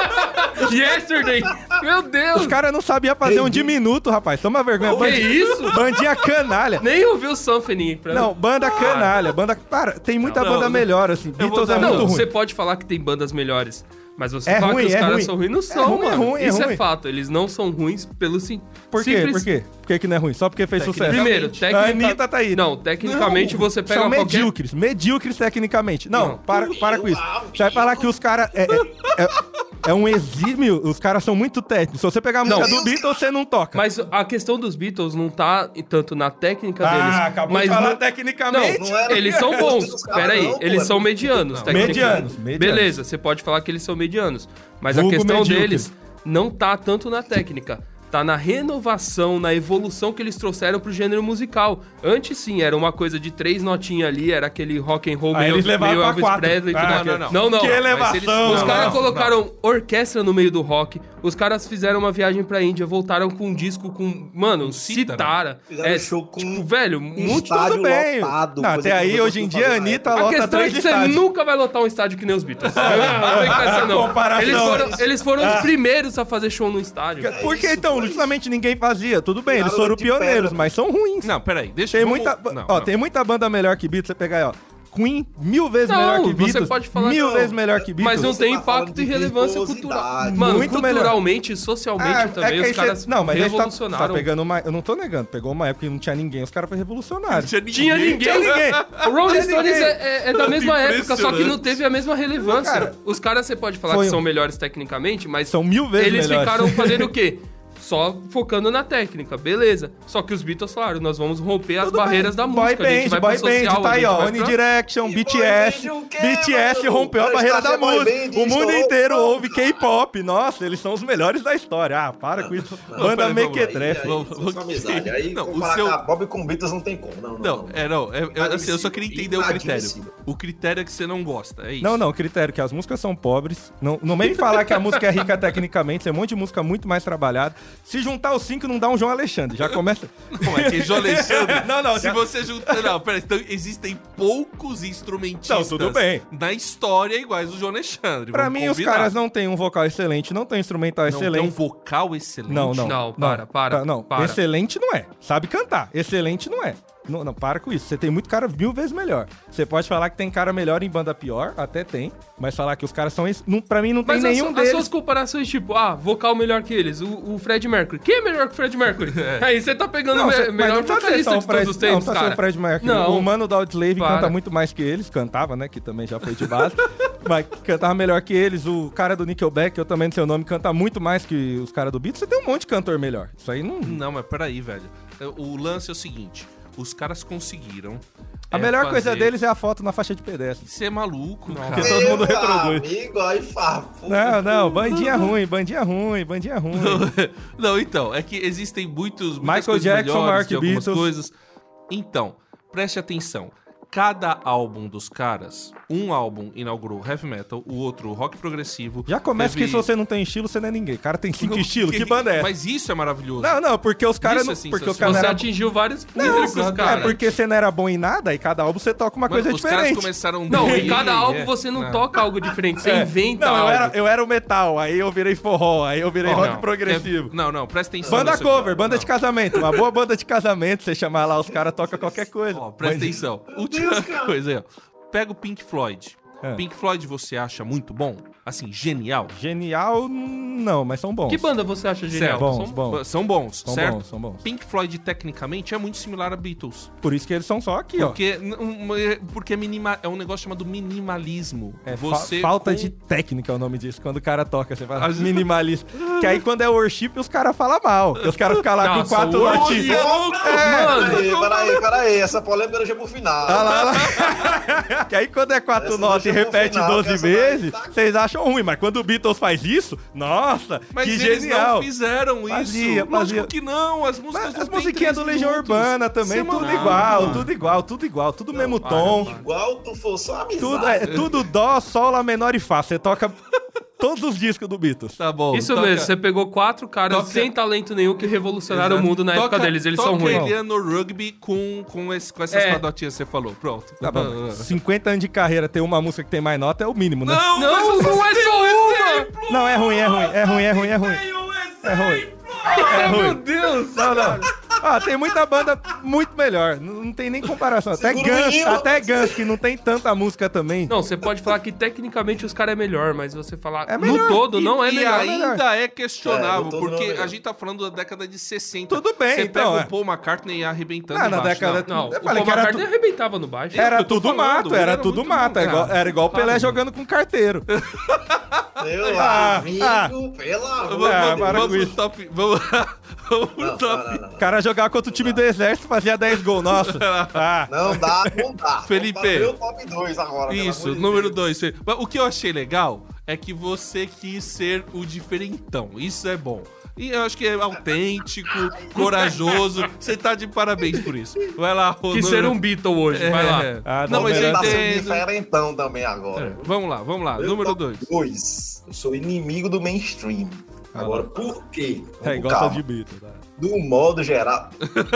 Yesterday. Meu Deus. Os caras não sabiam fazer um diminuto, rapaz. Toma vergonha. Que Bandi- isso? Bandinha canalha. Nem ouviu o Symphony. Pra... Não, banda canalha. Banda... Para, tem muita Não, banda não. melhor, assim. Eu vou Beatles é dar- muito Não, ruim. você pode falar que tem bandas melhores. Mas você É fala ruim, que os é caras ruim. são ruins, não são, ruim, é mano. ruim, é Isso é ruim. fato. Eles não são ruins pelo sim. Por quê? simples- Por quê? Por que que não é ruim? Só porque fez sucesso. Primeiro, A técnica... Anitta tá aí. Não, tecnicamente você pega São qualquer... medíocres, medíocres tecnicamente. Não, Não. Para, para com isso. Você vai falar que os caras. É, é, é, é um exímio, os caras são muito técnicos. Se você pegar a música Não. do Beatles, você não toca. Mas a questão dos Beatles não tá tanto na técnica deles. ah, acabou mas de falar no- tecnicamente. Não, Não era- eles são bons. Os caras Pera aí, não, pô, eles é são muito- medianos. não. tecnicamente. Medianos, medianos. Beleza, você pode falar que eles são medianos. Mas a Vulgo questão medíocre. deles não tá tanto na técnica. Tá na renovação, na evolução que eles trouxeram pro gênero musical. Antes, sim, era uma coisa de três notinhas ali, era aquele rock and roll Aí meio, eles levaram meio pra Elvis quatro. Presley e tudo Ah, mais. não, não. Não, não. Que Mas elevação. eles- Os Não, caras não, colocaram orquestra no meio do rock. Os caras fizeram uma viagem pra Índia, voltaram com um disco com, mano, cítara. citara. Fizeram É, show com tipo, velho, um muito... estádio Tudo bem. lotado. Não, coisa até que aí, eu hoje em costumo dia, a fazer na Anitta época. A lota questão é três que você estádios. nunca vai lotar um estádio que nem os Beatles. Não vem com essa, não. Comparação. Eles foram, eles foram Ah. os primeiros a fazer show no estádio. Porque isso, então, pô, justamente ninguém fazia. Tudo bem, eles Nada foram de pioneiros, pedra. mas são ruins. Não, peraí, deixa Tem vamos- muita, Não, ó, não. tem muita banda melhor que Beatles. Você pegar aí, ó. Queen, mil vezes Não, melhor que você Beatles. pode falar mil que vezes não. melhor que Beatles. Mas não Você tem tá falando impacto e de relevância virtuosidade. cultural. Mano, Muito melhor. culturalmente e socialmente Ah, também, que os aí caras cê- não, mas aí você tá, revolucionaram. tá pegando uma... Eu não tô negando. Pegou uma época que não tinha ninguém, os caras foram revolucionários. Tinha Tinha ninguém. Tinha ninguém. O Rolling Tinha Stones ninguém. é, é- é da mesma época, só que não Impressionante. teve a mesma relevância. Cara, Os caras, você pode falar foi que um- são melhores tecnicamente, mas São mil vezes eles melhores. ficaram fazendo o quê? Só focando na técnica, beleza. Só que os Beatles falaram, nós vamos romper as Tudo barreiras bem. da música. Boy a gente band, vai boy pro social, band, tá a aí, gente ó. vai One pra- Direction, E B T S. boy band o quê, B T S mano? rompeu a Dois barreira da caras é boy música. band, O mundo estourou. inteiro ouve K-pop. Nossa, eles são os melhores da história. Ah, para com isso. Banda peraí, vamos lá. mequetrefe. Aí, Vamos- aí, vamos- sua amizade. Aí Não, o comparar seu- com a Bob com Beatles não tem como. Não, não. Não, é, não. É, é, assim, eu só queria entender o critério. Inadmissível. O critério é que você não gosta, é isso. Não, não, critério que as músicas são pobres. Não, não vem falar que a música é rica tecnicamente, tem um monte de música muito mais trabalhada. Se juntar os cinco, não dá um João Alexandre. Já começa. Não, é que João Alexandre. Não, não, Se já- você juntar. Não, peraí. Então, existem poucos instrumentistas Não, tudo bem. na história iguais o João Alexandre. Pra vamos mim, os combinar. caras não têm um vocal excelente, não tem um instrumental Não tem um excelente. vocal excelente. Não, não. Não, para, para, Tá, não, para. excelente não é. Sabe cantar. Excelente não é. Não, não, para com isso. Você tem muito cara mil vezes melhor. Você pode falar que tem cara melhor em banda pior, até tem. Mas falar que os caras são... Não, pra mim não tem mas nenhum as, deles. Mas as suas comparações, tipo, ah, vocal melhor que eles, o, o Fred Mercury. Quem é melhor que o Fred Mercury? É. Aí você tá pegando não, o me, melhor vocalista de todos os tempos, não, cara. Não, o Fred Mercury. Não. O Mano da Audioslave canta muito mais que eles. Cantava, né? Que também já foi de base. Mas cantava melhor que eles. O cara do Nickelback, eu também não sei o nome, canta muito mais que os caras do Beatles. Você tem um monte de cantor melhor. Isso aí não... Não, mas peraí, velho. O lance é o seguinte. Os caras conseguiram... A é melhor fazer... coisa deles é a foto na faixa de pedestre. Você é maluco, não, cara. Porque todo mundo reproduz. Amigo, aí farpo. Não, não, bandinha ruim, bandinha ruim, bandinha ruim. Não, não, então, é que existem muitos Michael Jackson, Mark Beatles. Beatles. Coisas. Então, preste atenção. Cada álbum dos caras, um álbum inaugurou heavy metal, o outro rock progressivo. Já começa teve... que se você não tem estilo, você não é ninguém. O cara tem cinco Porque... estilos, que banda é? Mas isso é maravilhoso. Não, não, porque os caras... É porque os caras você era... atingiu vários públicos, cara. É porque você não era bom em nada e cada álbum você toca uma Mano, coisa os diferente. Caras começaram não, bem, em cada álbum é. você não, não toca algo diferente, você é. inventa Não, algo. eu era, eu era o metal, aí eu virei forró, aí eu virei Oh, rock não. progressivo. É... Não, não, presta atenção. Banda cover, aqui, banda não. de casamento. Uma boa banda de casamento, você chamar lá, os caras tocam qualquer coisa. Ó, presta Mas... atenção. Última coisa aí, ó. Pega o Pink Floyd. É. Pink Floyd você acha muito bom? Assim, genial? Genial, não, mas são bons. Que banda você acha genial? Certo. Bons, São- bons. São bons, São certo? bons, são bons. Pink Floyd, tecnicamente, é muito similar a Beatles. Por isso que eles são só aqui, ó. Porque, n- porque minima, é um negócio chamado minimalismo. É, fa- você falta com- de técnica é o nome disso. Quando o cara toca, você fala A gente- minimalista. Que aí quando é worship, os caras falam mal. Que os caras ficam lá Nossa, com quatro worship notinhas. é louco, É, mano. Peraí, peraí, peraí. Essa polêmica deixa pro final. Olha lá, olha lá. Que aí quando é quatro Essa notas e deixa pro repete final, que doze essa daí vezes, tá- vocês acham ruim. Mas quando o Beatles faz isso, nossa, Mas que eles genial. não fizeram Fazia, isso. fazia. Lógico que não. As músicas Mas não as têm musiquinhas três do Legião minutos. Urbana também, Você é tudo maluco, igual, mano. tudo igual, tudo igual, tudo mesmo para, tom. para. Igual tu for só amizade. Tudo, é, tudo dó, sol, lá menor e fá. Você toca todos os discos do Beatles. Tá bom. Isso toca- mesmo, você pegou quatro caras Toca- sem talento nenhum que revolucionaram Exato. o mundo na época Toca- deles, eles toca são ruins. Eliano Rugby com, com, esse, com essas É. padotinhas que você falou. Pronto. Tá bom. cinquenta anos de carreira, ter uma música que tem mais nota é o mínimo, né? Não, Não, mas não é só uma! Não, é ruim, é ruim, é ruim, é ruim, é ruim. É ruim. É Meu ruim. Deus! Não, não. Ah, tem muita banda muito melhor. Não, não tem nem comparação. Até Segura o Guns, menino. até Guns, que não tem tanta música também. Não, você pode falar que tecnicamente os caras é melhor, mas você falar É melhor. no todo não é e melhor. ainda é questionável, É, no todo porque não é melhor. a gente tá falando da década de sessenta. Tudo bem, Você então, pega é. o Paul McCartney arrebentando Ah, na embaixo, década- não. Não, Eu o falei Paul que era McCartney tu- arrebentava no baixo. Era eu tô tudo falando, mato, ele era era tudo muito mato. bom. Era igual, Ah, era igual o para, Pelé mano. jogando com carteiro. Meu Ah, amigo, ah. pelo amor Vamos, Ah, vamos, para com vamos pro isso. top. Vamos, vamos pro Não, top. não, não, não. O cara jogava contra o time do exército, fazia dez gols. Nossa. Ah. Não dá, não dá. Felipe. Vamos fazer o top dois agora. pelo Isso, amor de número Deus. dois. O que eu achei legal é que você quis ser o diferentão. Isso é bom. E eu acho que é autêntico, corajoso. Você tá de parabéns por isso. Vai lá, o Quis ser um Beatle hoje, vai lá. É. Ah, não, não, mas eu melhor Tá sendo entendo. diferentão também agora. É, Vamos lá, vamos lá. Meu Número top dois. dois. Eu sou inimigo do mainstream. Agora, por quê? É, Vamos com gosta calma. de Beatles. Tá? Do modo geral.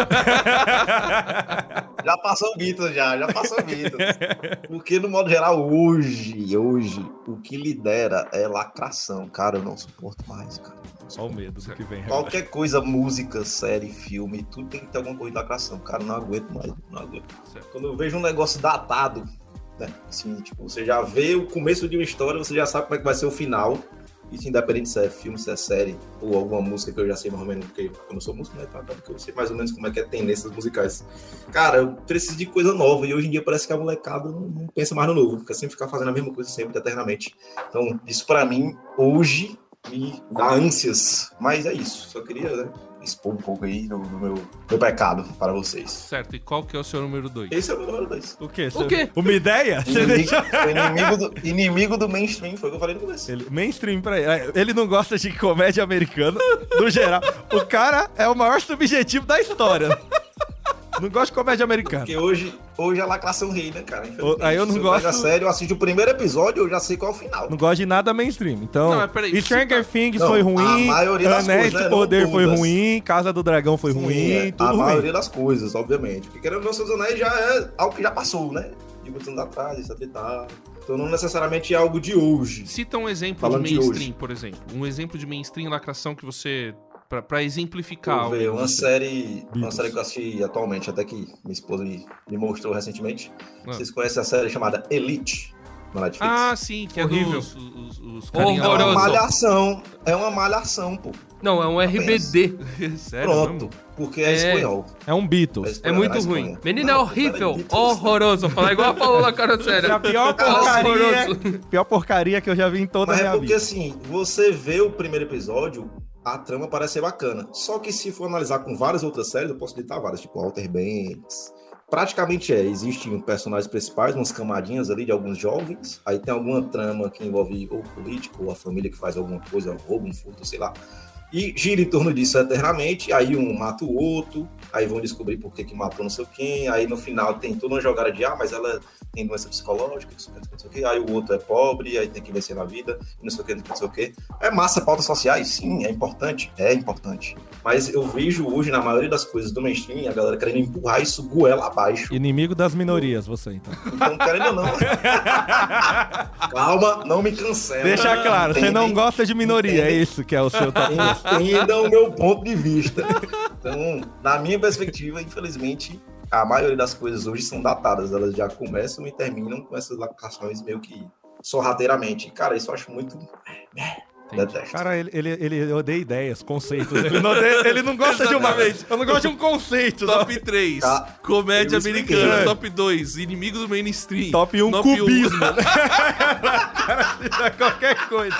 já passou o Beatles, já, já passou o Beatles. Porque, no modo geral, hoje, hoje, o que lidera é lacração. Cara, eu não suporto mais, cara. Só o medo do que vem. Qualquer coisa, música, série, filme, tudo tem que ter alguma coisa de lacração. Cara, não aguento mais, não aguento. Quando eu vejo um negócio datado, né? Assim, tipo, você já vê o começo de uma história, você já sabe como é que vai ser o final. Isso independente se é filme, se é série, ou alguma música que eu já sei mais ou menos, porque eu não sou músico, né? Então, porque eu sei mais ou menos como é que é tendências musicais. Cara, eu preciso de coisa nova, e hoje em dia parece que a molecada não, não pensa mais no novo, fica sempre ficar fazendo a mesma coisa sempre, eternamente. Então, isso pra mim, hoje, me dá ânsias. Mas é isso, só queria, né, expor um pouco aí do, do meu, meu pecado para vocês. Certo, e qual que é o seu número dois? Esse é o meu número dois. O quê? O quê? Uma ideia? Você Inimigo, deixa... inimigo, do, inimigo do mainstream, foi o que eu falei no começo. Ele, mainstream pra ele. Ele não gosta de comédia americana, no geral. O cara é o maior subjetivo da história. Não gosto de comédia americana. Porque hoje, hoje é lacração rei, né, cara? Infelizmente. Aí eu não Se gosto- pego a sério, eu assisto o primeiro episódio, eu já sei qual é o final. Não gosto de nada mainstream. Então, Não, mas peraí, Stranger você Things Não, foi a ruim, maioria das Anéis coisas, do né? Poder Não foi todas. ruim, Casa do Dragão foi Sim, ruim, é, tudo a ruim. maioria das coisas, obviamente. Porque querendo ou não, Seus Anéis já é algo que já passou, né? De muitos anos atrás, etc e tal. Então não necessariamente é algo de hoje. Cita um exemplo Falando de de mainstream, hoje. por exemplo. Um exemplo de mainstream lacração que você Pra, pra exemplificar. Eu ver, uma série, uma série que eu assisti atualmente, até que minha esposa me, me mostrou recentemente. Ah. Vocês conhecem a série chamada Elite? Ah, sim, que é horrível. Os, os, os é uma malhação. É uma malhação, pô. Não, é um R B D. Sério, pronto, mesmo? Porque é, é espanhol. É um Beatles. É, é muito é ruim. Menino, é horrível, horroroso. Vou falar igual a Paola, cara, sério. É a pior porcaria, pior porcaria que eu já vi em toda Mas a minha é porque, vida. assim, você vê o primeiro episódio, a trama parece ser bacana. Só que se for analisar com várias outras séries, eu posso citar várias, tipo Outer Banks. Praticamente é, existem personagens principais, umas camadinhas ali de alguns jovens, aí tem alguma trama que envolve ou político, ou a família que faz alguma coisa, roubo, um furto, sei lá. E gira em torno disso eternamente, aí um mata o outro, aí vão descobrir por que que matou não sei quem, aí no final tem toda uma jogada de, ah, mas ela tem doença psicológica, não sei o que, não sei o que, aí o outro é pobre, aí tem que vencer na vida, não sei o que, não sei o que. É massa, pautas sociais? Sim, é importante, é importante. Mas eu vejo hoje, na maioria das coisas do mainstream, a galera querendo empurrar isso goela abaixo. Inimigo das minorias, você, então. Então, querendo ou não... Calma, não me cancela. Deixa claro, entendem, você não gosta de minoria, entendem, é isso que é o seu top. Entenda o meu ponto de vista. Então, na minha perspectiva, infelizmente, a maioria das coisas hoje são datadas. Elas já começam e terminam com essas lacações meio que sorrateiramente. Cara, isso eu acho muito... Detesto. Cara, ele, ele, ele odeia ideias, conceitos. Ele não, odeia, ele não gosta de uma vez. Eu não gosto de um conceito. Top três, tá. Comédia americana. É. Top dois, inimigo do mainstream. Top um, Top cubismo. um. Cara, qualquer coisa.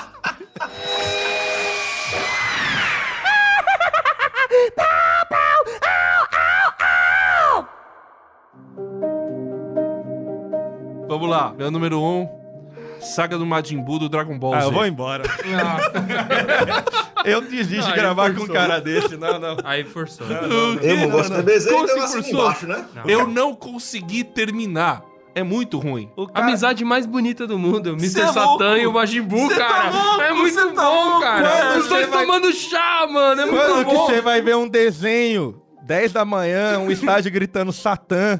Vamos lá, meu número um. Saga do Majin Buu do Dragon Ball Z. Ah, eu vou embora. Eu desisto de gravar com um cara desse. Não, não. Aí forçou. Não, não, não. Eu não gosto de desenho, então assim embaixo, né? Não. Eu não consegui terminar. É muito ruim. O cara... Amizade mais bonita do mundo. mister É Satan e o Majin Buu, cara. Tá louco, é muito bom, tá cara. Quando Os dois vai... tomando chá, mano. É muito Quando bom. que você vai ver um desenho, dez da manhã, um estágio gritando Satã.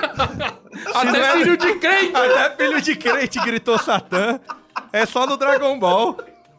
Até é... filho de crente. Até filho de crente gritou Satã. É só no Dragon Ball.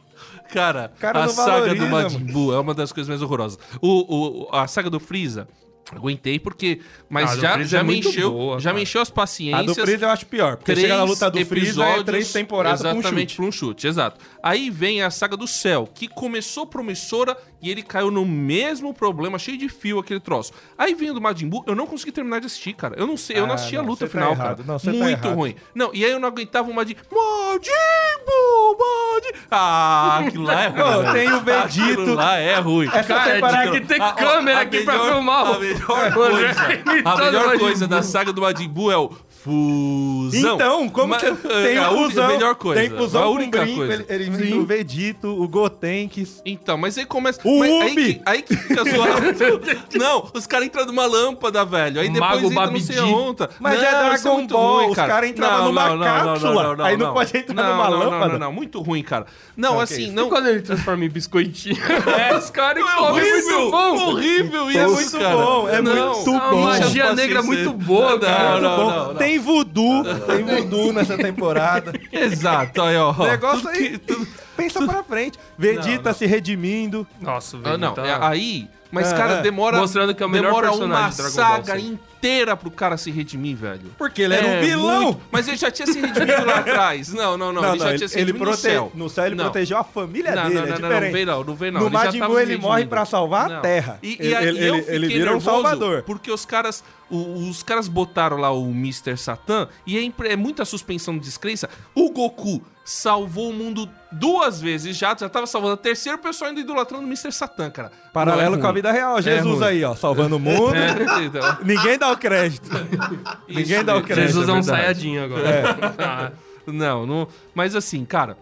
Cara, cara a saga valoriza, do Majin Buu é uma das coisas mais horrorosas. O, o, a saga do Freeza, aguentei porque... Mas ah, já, já, é me encheu, boa, já me encheu as paciências. A do Freeza eu acho pior, porque chega na luta do Freeza é três temporadas exatamente pra um chute. chute. Exato. Aí vem a saga do Cell, que começou promissora e ele caiu no mesmo problema, cheio de fio, aquele troço. Aí vem o do Majin Buu, eu não consegui terminar de assistir, cara. Eu não sei, eu não assisti ah, não, a luta final, tá cara. Não, muito tá ruim. Não, e aí eu não aguentava o Majin... Majin Buu, Majin... Ah, aquilo lá é ruim. Não, tem o Vegito. Aquilo lá é ruim. Essa cara, temporada que tem a, câmera a, a aqui melhor, pra filmar. A melhor coisa, a melhor coisa da saga do Majin Buu é o fusão. Então, como Mas, que tem a fusão? A melhor coisa. Tem fusão a única brinco, coisa. Ele, ele vem o Vegito, o Gotenks. Então, mas aí começa... O mas Ubi! Aí que, aí que fica zoado. Não, os caras entram numa lâmpada, velho. Aí o depois Mago entra Babidi. não sei aonde. Mas não, é Dragon Ball, ruim, os caras cara entravam numa não, não, cápsula. Não, não, não, aí não, não pode entrar não, numa não, lâmpada. Não, não, não, muito ruim, cara. Não, okay. assim, não... E quando ele transforma em biscoitinho? É, os caras é horrível, bom. horrível isso, é muito cara. bom, é não, muito bom. A magia negra é muito boa, cara. Não, não, não, tem voodoo, tem voodoo nessa temporada. Exato, aí, ó. O negócio aí, tudo, pensa pra frente. Vegeta se redimindo. Nossa, Vegeta. Não, aí... Mas, é, cara, demora... Mostrando que é o melhor demora personagem uma saga inteira pro cara se redimir, velho. Porque ele era é, um vilão. Muito... Mas ele já tinha se redimido lá atrás. Não, não, não. não ele não, já ele, tinha se ele redimido prote... no céu. No céu ele não. protegeu a família não, dele, não, não, é não, diferente. não, vem não, não vem não. No ele Majin Buu ele morre pra salvar não. a Terra. E, ele, e aí ele, eu ele, ele vira um salvador. Porque os caras... Os caras botaram lá o mister Satan e é, é muita suspensão de descrença. O Goku salvou o mundo duas vezes já, já tava salvando a terceira pessoa ainda idolatrando o mister Satan, cara. Paralelo é com a vida real, Jesus é aí, ó, salvando o mundo. É, então. Ninguém dá o crédito. Ninguém dá o crédito. Jesus é um saiadinho agora. É. não, não, mas assim, cara...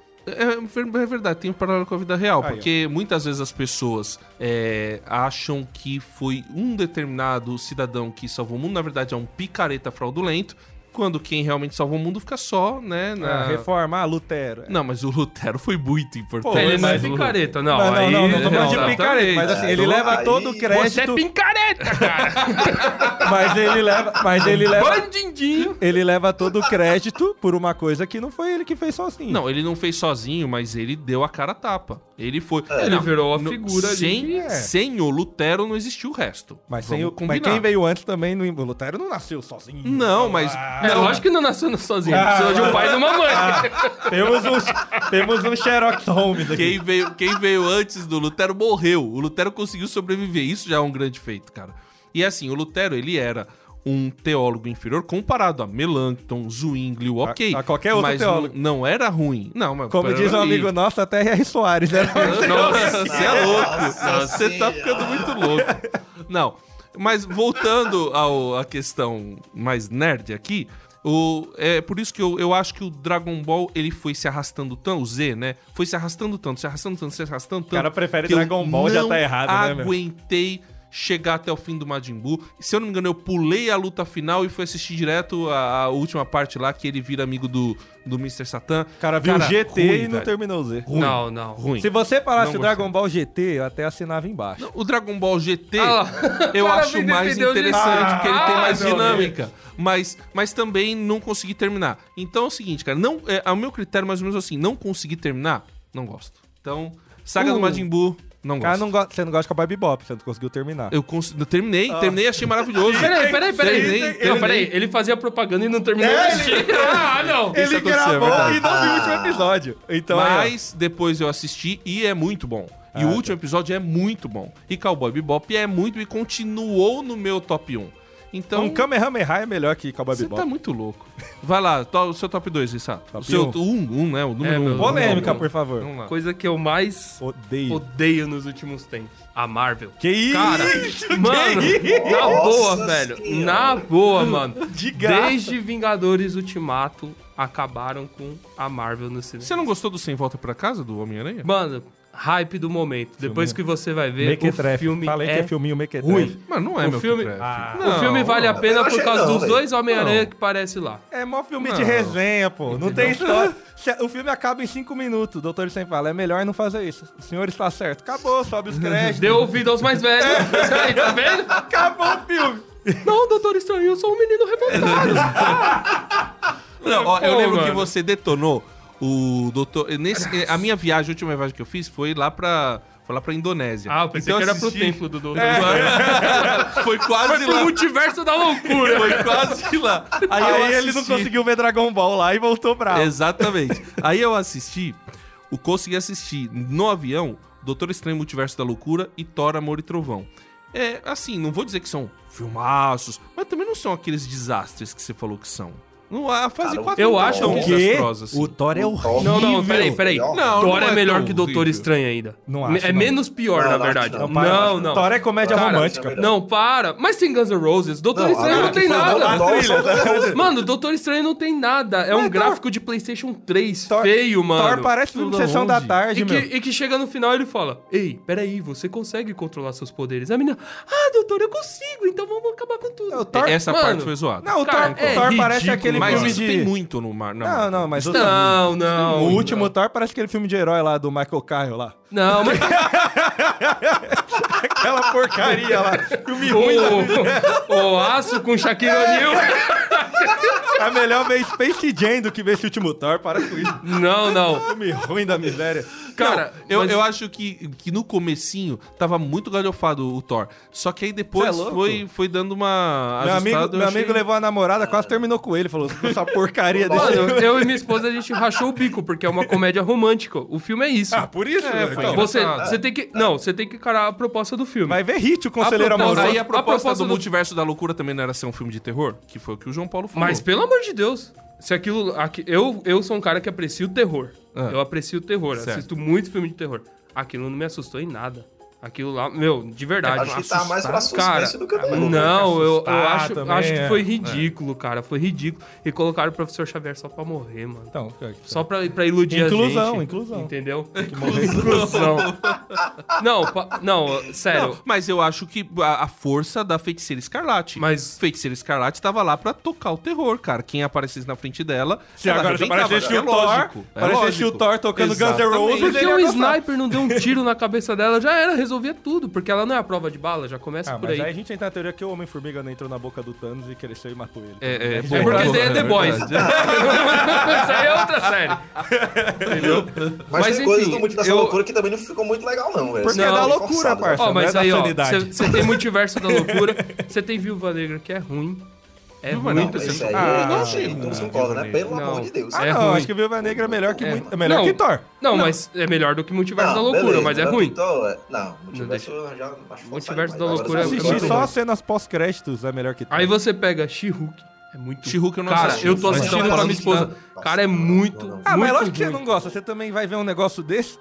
É verdade, tem um paralelo com a vida real, aí, porque ó. muitas vezes as pessoas é, acham que foi um determinado cidadão que salvou o mundo, na verdade é um picareta fraudulento, quando quem realmente salva o mundo fica só, né? Na... Ah, reforma, ah, Lutero. Não, mas o Lutero foi muito importante. Pô, ele não é mas picareta, não. Não, não, aí, não, não tô falando não, de picareta, mas assim, ele leva aí... todo o crédito... Você é picareta, cara! mas ele leva... Mas ele leva... Bandidinho! Ele leva todo o crédito por uma coisa que não foi ele que fez sozinho. Não, ele não fez sozinho, mas ele deu a cara a tapa. Ele foi... É, ele não, virou a no, figura sem, ali. É. Sem o Lutero não existiu o resto. Mas, sem o, combinar. mas quem veio antes também, no, o Lutero não nasceu sozinho. Não, mas... Ah, É lógico que não nasceu sozinho. Ah, Precisou de um pai e de uma mãe. Ah, temos um, temos um Sherlock Holmes aqui. Quem veio, quem veio antes do Lutero morreu. O Lutero conseguiu sobreviver. Isso já é um grande feito, cara. E assim, o Lutero, ele era um teólogo inferior comparado a Melanchthon, Zwingli, ok. A, a qualquer outro mas teólogo. Não, não era ruim. Não, mas Como diz um ali. amigo nosso, até R R. Soares. Né? Nossa, você é louco. Nossa Você tá Senhora. ficando muito louco. Não, mas voltando ao, à questão mais nerd aqui, o, é por isso que eu, eu acho que o Dragon Ball, ele foi se arrastando tanto, o Z, né? Foi se arrastando tanto, se arrastando tanto, se arrastando tanto. O cara prefere que eu Dragon Ball, já não tá errado, né, meu? aguentei chegar até o fim do Majin Buu. Se eu não me engano, eu pulei a luta final e fui assistir direto a, a última parte lá, que ele vira amigo do, do mister Satan. O cara viu o G T ruim, e não velho. terminou o Z. Ruim. Não, não. Ruim. Se você parasse Não o Dragon Ball G T, eu até assinava embaixo. Não, o Dragon Ball G T, Ah, eu o cara acho me mais defendeu de- interessante, Ah, porque ele tem mais meu dinâmica. Mas, mas também não consegui terminar. Então é o seguinte, cara, não, é, ao meu critério, mais ou menos assim, não consegui terminar, não gosto. Então, Saga Uh. do Majin Buu, não Cara, gosto. não go... você não gosta de Cowboy Bebop, você não conseguiu terminar. Eu, cons... eu terminei, terminei, achei maravilhoso. Peraí, peraí, peraí. Terminei, Não, terminei. peraí. Ele fazia propaganda e não terminou É, de assistir. Ah, não. Isso Ele aconteceu, é gravou verdade. e não viu o último episódio. Então, aí, ó. Mas depois eu assisti e é muito bom. E Ah, o tá. último episódio é muito bom. E Cowboy Bebop é muito e continuou no meu top um. Então, Um Kamehameha é melhor que Cowboy você Bebop. tá muito louco. Vai lá, to- o seu top dois, Rissato. O Top seu um. um, um, né? O número É, um. meu, Polêmica, Não, por favor. Vamos lá. Coisa que eu mais Odeio. odeio nos últimos tempos. A Marvel. Que isso? Cara, Que mano, isso? na boa, Nossa velho. Senhora. Na boa, mano. De graça. Desde Vingadores Ultimato, acabaram com a Marvel no cinema. Você não gostou do Sem Volta Pra Casa, do Homem-Aranha? Mano, hype do momento. Depois que você vai ver, o Mequetrefe. filme Falei é que é filminho Mequetrefe. ruim. Mas não é O meu filme- que Ah. prefere. O filme vale a pena eu por achei causa não, dos velho. dois Homem-Aranha Não. que parece lá. É mó filme Não. de resenha, pô. Não tem história. Se- O filme acaba em cinco minutos. O doutor sempre fala, é melhor não fazer isso. O senhor está certo. Acabou, sobe os créditos. Deu ouvido aos mais velhos. Aí, tá vendo? Acabou o filme. Não, Doutor Estranho, eu sou um menino revoltado. Não, ó, eu Pô, lembro mano. que você detonou o doutor... Nesse, a minha viagem, a última viagem que eu fiz foi lá pra... Foi lá pra Indonésia. Ah, eu pensei Então que era pro assisti- templo do Doutor É. Estranho. Foi quase Foi pro lá. multiverso da loucura. Foi quase lá. Aí, eu Aí ele não assisti. conseguiu ver Dragon Ball lá e voltou bravo. Exatamente. Aí eu assisti, o consegui assistir no avião, Doutor Estranho Multiverso da Loucura e Thor, Amor e Trovão. É, assim, não vou dizer que são filmaços, mas também não são aqueles desastres que você falou que são. Não, a fase Cara, quatro eu não é acho tão que- desastrosa, assim. O Thor é O Thor- horrível. Não, não, peraí, peraí. Não, não Thor é é melhor tão que Doutor horrível. Estranho ainda. Não acho, É não. menos pior, Não, na não verdade. acho Não, não. não. Não, Thor é comédia Cara, romântica. não, Não, para. Mas tem Guns N' Roses. Doutor Não, Estranho agora não tem que foi nada. a trilha, né? Mano, Doutor Estranho não tem nada. É um Thor- gráfico de PlayStation três Thor- feio, mano. Thor parece filme de Tudo sessão da aonde? tarde, E meu. que, e que chega no final ele fala: Ei, peraí, você consegue controlar seus poderes? A menina, ah, doutor, eu consigo, então vamos acabar com tudo. É, o Thor- Essa Mano, parte foi zoada. Não, o Cara, Thor, é o Thor parece ridículo, aquele Mas filme isso de... tem muito no mar. Não, não, mas... o- Não, não. O último não. Thor parece aquele filme de herói lá do Michael Caine lá. Não, mas Aquela porcaria lá. Filme ruim da... o, o aço com Shaquille O'Neal. É melhor ver Space Jam do que ver esse último Thor. Para com isso. Não, não. Filme ruim da miséria. Cara, eu, mas- eu acho que, que no comecinho tava muito galhofado o Thor. Só que aí depois Cê é louco? foi, foi dando uma Meu amigo, ajustada, eu meu achei- amigo levou a namorada, quase terminou com ele. Falou, essa porcaria desse Mano, filme. eu e minha esposa, a gente rachou o bico, porque é uma comédia romântica. O filme é isso. Ah, por isso? É, então. foi Você, engraçado. você tem que. Não, você tem que encarar a proposta do filme. Vai ver Hit, o Conselheiro A proposta- Amoroso. Aí a A proposta, proposta do, do- Multiverso da Loucura também não era ser um filme de terror? Que foi o que o João Paulo falou. Mas pelo amor de Deus, se aquilo. aqui- eu, eu sou um cara que aprecia o terror. Ah. Eu aprecio o terror, Certo. assisto muito filme de terror. Aquilo não me assustou em nada. Aquilo lá, meu, de verdade. Acho que tá mais pra suspense cara, do que terror. Não, eu, eu acho, também, acho que é. foi ridículo, cara. Foi ridículo. E colocaram o professor Xavier só pra morrer, mano. Então, só pra, pra iludir inclusão, a gente. Inclusão, Entendeu? Inclusão. Não, pa, não, sério. Não, mas eu acho que a, a força da Feiticeira Escarlate. Mas Feiticeira Escarlate tava lá pra tocar o terror, cara. Quem aparecesse na frente dela... Se agora se aparecesse o Thor, aparecesse o Thor tocando Guns N' Roses... Porque o sniper não deu um tiro na cabeça dela, já era, resolvia tudo. Porque ela não é a prova de bala, já começa ah, por mas aí. aí a gente entra na teoria que o Homem-Formiga não entrou na boca do Thanos e cresceu e matou ele. É, é, é, é porque é, é The Boys. Isso aí é outra série. Entendeu? Mas, mas tem enfim, coisas do Multiverso eu... da Loucura que também não ficou muito legal, não, velho. Porque não, é da loucura, parça. Ó, mas não é aí, da ó, sanidade. Você tem Multiverso da Loucura, você tem Viúva Negra, que é ruim. É Viúva ruim. Não, esse aí ah, não achei. Então você concorda, né? Pelo não, amor de Deus. Ah, é não, ruim. acho que Viúva Negra é melhor que, é, muito, é melhor não, que Thor. Não, não, mas é melhor do que Multiverso não, da Loucura, beleza, mas é ruim. Thor, não, Multiverso eu já acho Multiverso da Loucura é muito ruim. Só as cenas pós-créditos é melhor que Thor. Aí você pega She-Hulk. É muito... She-Hulk eu não Cara, assisti. eu tô assistindo com a minha esposa. Cara, é muito, Ah, muito mas lógico que ruim. você não gosta. Você também vai ver um negócio desse.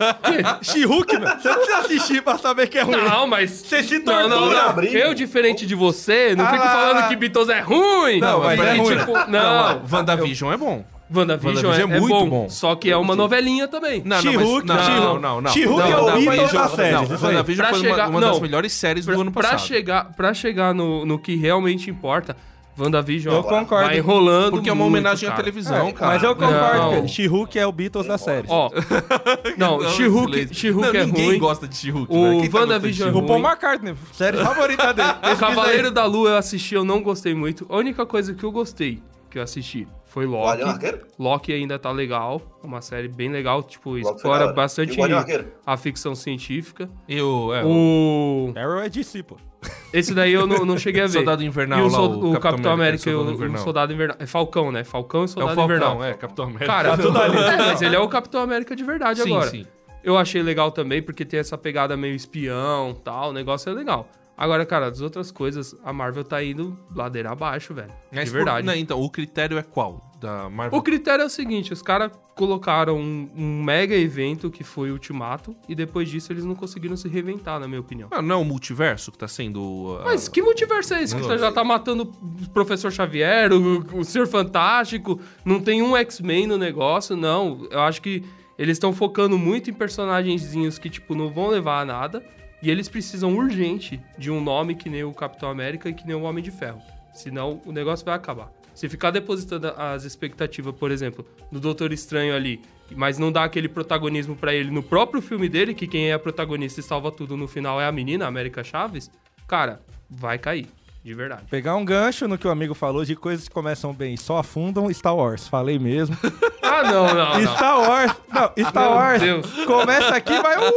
She-Hulk, meu. Você não precisa assistir pra saber que é ruim. Não, mas... Você se Não, não, não. Eu, diferente de você, não ah, fico falando que Beatles é ruim. Não, mas porque, é ruim. tipo... Não. WandaVision é bom. WandaVision é, é, é muito bom, bom. Só que é uma novelinha também. Não, She-Hulk, não, não, não, não. She-Hulk é o Beatles da série. WandaVision foi uma, uma das melhores séries do ano passado. Pra chegar, pra chegar no, no que realmente importa... WandaVision eu concordo. Vai enrolando porque é uma muito, homenagem cara. à televisão, é, cara. Mas eu concordo, She-Hulk é o Beatles da série. Ó, não, não She-Hulk She é ninguém ruim. Ninguém gosta de She-Hulk. O WandaVision é ruim. O Paul McCartney, série favorita dele. O Cavaleiro da Lua eu assisti, eu não gostei muito. A única coisa que eu gostei, que eu assisti, foi Loki. Loki ainda tá legal, uma série bem legal, tipo, explora bastante a ficção científica. E o... É, o... Arrow é D C, pô. Esse daí eu não, não cheguei a ver. Soldado Invernal e o, lá, o, o Capitão, Capitão América e o, o Soldado Invernal. É Falcão, né? Falcão e Soldado é o Falcão, Invernal. É, Capitão América. Cara, tudo ali. Mas ele é o Capitão América de verdade sim, agora. Sim. Eu achei legal também, porque tem essa pegada meio espião e tal, o negócio é legal. Agora, cara, das outras coisas, a Marvel tá indo ladeira abaixo, velho. Mas de verdade. Por, não, então, o critério é qual? Da Marvel? O critério é o seguinte, os caras colocaram um, um mega evento que foi o Ultimato, e depois disso eles não conseguiram se reinventar, na minha opinião. Ah, não é o multiverso que tá sendo... Uh, Mas que multiverso é esse? Que já tá matando o Professor Xavier, o, o Senhor Fantástico, não tem um X-Men no negócio, não. Eu acho que eles estão focando muito em personagenzinhos que, tipo, não vão levar a nada, e eles precisam urgente de um nome que nem o Capitão América e que nem o Homem de Ferro. Senão o negócio vai acabar. Se ficar depositando as expectativas, por exemplo, do Doutor Estranho ali, mas não dá aquele protagonismo pra ele no próprio filme dele, que quem é a protagonista e salva tudo no final é a menina, a América Chaves, cara, vai cair. De verdade. Pegar um gancho no que o amigo falou de coisas que começam bem e só afundam, Star Wars. Falei mesmo. Ah, não, não, não. Star Wars... Não, Star Meu Wars Deus. começa aqui e vai... Uh,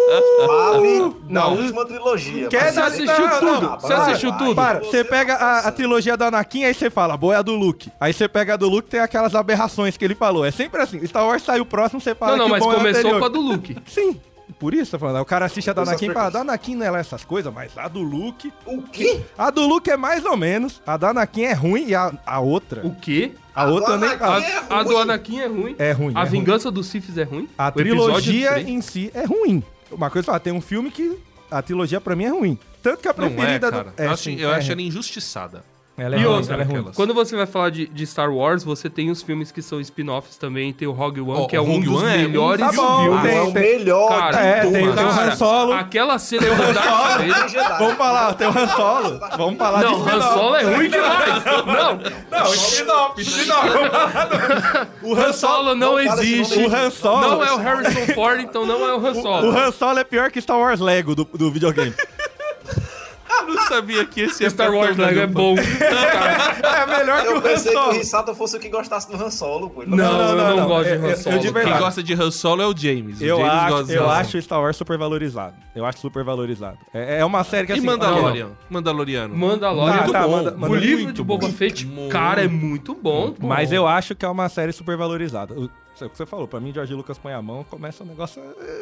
Fale na não. última trilogia. Quer Você assistiu não, tudo? não, Você para, assistiu para, tudo? Para, você pega a, a trilogia do Anakin, aí você fala, boa, é a do Luke. Aí você pega a do Luke, tem aquelas aberrações que ele falou. É sempre assim. Star Wars sai o próximo, você fala Não, não, que mas bom começou é com a do Luke. Sim. Por isso, tô falando. O cara assiste a da Anakin e fala, a da Anakin não é essas coisas, mas a do Luke... O quê? A do Luke é mais ou menos. A da Anakin é ruim e a, a outra... O quê? A, a outra nem... A, é a do Anakin é ruim. É ruim. A é Vingança ruim. dos Siths é ruim. A O episódio trilogia três. em si é ruim. Uma coisa, ah, tem um filme que a trilogia pra mim é ruim. Tanto que a Não é, preferida... cara. do... eu acho, sim, eu é acho ruim. ela injustiçada. Ela é E ruim, outra, ela é ruim. aquelas. Quando você vai falar de, de Star Wars, você tem os filmes que são spin-offs também. Tem o Rogue One, Oh, que é o um Rogue dos One é melhores Tá bom, filmes. tem- É o melhor. Cara, É, tem, tem o Cara, Han Solo. Aquela cena do Darth Vader... Vamos falar, tem o Han Solo. Vamos falar Não, de Han Solo é ruim demais. Não, Não, spin-off, spin-off. O Han Solo não Não fala esse existe. nome O Han Solo... Não é o Harrison Ford, então não é o Han Solo. O Han Solo é pior que Star Wars Lego do, do videogame. Eu não sabia que esse Star Wars Lego é bom. É melhor que o Eu Han pensei que o Solo. Risato fosse o que gostasse do Han Solo, pô. Não, eu não, não. gosto Eu- de Han eu- Solo. eu de verdade. Quem gosta de Han Solo é o James. Eu, o James acho, gosta de eu Han acho Star Wars super valorizado. Eu acho super valorizado. É, é uma série que E assim... Mandalorian? Mandaloriano. Mandalorian. Ah, muito tá, bom. manda- o manda- livro muito de Boba bom. Fett, Muito cara, é muito bom. pô. Mas eu acho que é uma série super valorizada. O o que você falou, pra mim, George Lucas põe a mão, começa o negócio...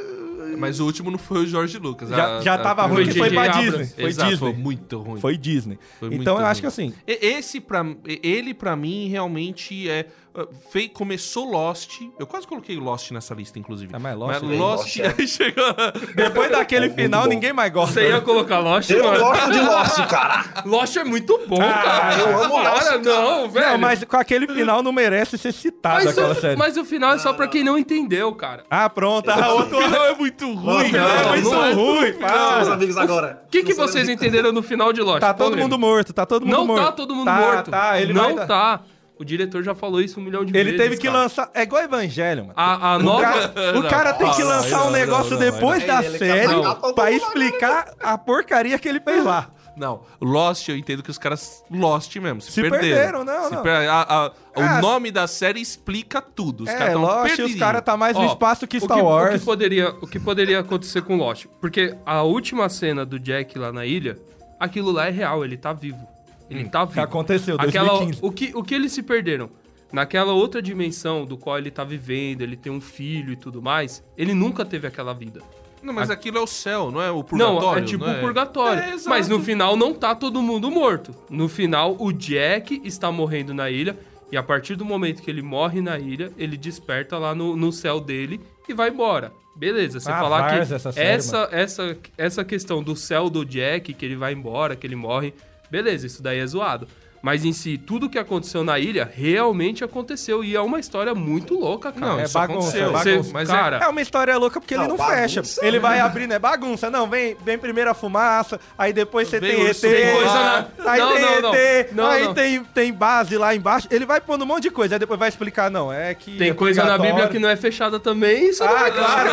Mas o último não foi o George Lucas. Já, a, já tava a... ruim que foi pra Disney. Foi Exato, Disney. Foi muito ruim. Foi Disney. Foi então eu ruim. acho que assim... Esse, pra, ele pra mim, realmente é... Fei, começou Lost. Eu quase coloquei Lost nessa lista, inclusive. É, mas Lost... Mas Lost, Lost aí chegou... Depois daquele final, ninguém mais gosta. Você ia colocar Lost? Eu mano? gosto de Lost, cara. Lost é muito bom, ah, cara. Eu amo Para, Lost, não, velho. Não, mas com aquele final não merece ser citado mas, aquela o, série. mas o final é só pra quem não entendeu, cara. Ah, pronto. Ah, o final é muito ruim. Não, é muito não é ruim. Não, meus amigos, agora. O que, que vocês entenderam no final de Lost? Tá todo mundo morto, tá todo mundo não morto. Não tá todo mundo tá, morto. Tá, ele Não vai... tá. O diretor já falou isso um milhão de ele vezes. Ele teve que cara. lançar... É igual Evangelho, mano. A, a o nova... Cara, o cara tem que lançar não, um negócio não, não, depois não, da não. série Não. pra explicar a porcaria que ele fez lá. Não, Lost, eu entendo que os caras Lost mesmo, se, Se perderam. perderam, não, Se não. per... a, a, Ah, o nome da série explica tudo. Os É, caras tão Lost, perdidos. os caras tá mais no Ó, espaço que o Star que, Wars. O que, poderia, o que poderia acontecer com Lost? Porque a última cena do Jack lá na ilha, aquilo lá é real, ele tá vivo. Ele tá vivo. Aconteceu, Aquela, dois mil e quinze. o, que, o que eles se perderam? Naquela outra dimensão do qual ele tá vivendo, ele tem um filho e tudo mais, ele nunca teve aquela vida. Não, mas aquilo é o céu, não é o purgatório? Não, é tipo não o purgatório. É, exato. Mas no final não tá todo mundo morto. No final, o Jack está morrendo na ilha. E a partir do momento que ele morre na ilha, ele desperta lá no, no céu dele e vai embora. Beleza, você Ah, falar que Varsa, essa série, essa, essa, essa questão do céu do Jack, que ele vai embora, que ele morre, beleza, isso daí é zoado. Mas em si, tudo que aconteceu na ilha realmente aconteceu. E é uma história muito louca, cara. Não, É isso bagunça, aconteceu. é bagunça. Você- mas cara, É uma história louca porque Não, ele não bagunça, fecha. Ele vai abrindo, é bagunça. Não, vem, vem primeiro a fumaça, aí depois você Vem tem o E T, urso polar. Coisa na- aí Não, tem não, não. E T, Não, aí não. Tem, tem base lá embaixo. Ele vai pondo um monte de coisa, aí depois vai explicar, não, é que... tem é coisa na purgatório. Bíblia que não é fechada também. Isso não Ah, vai claro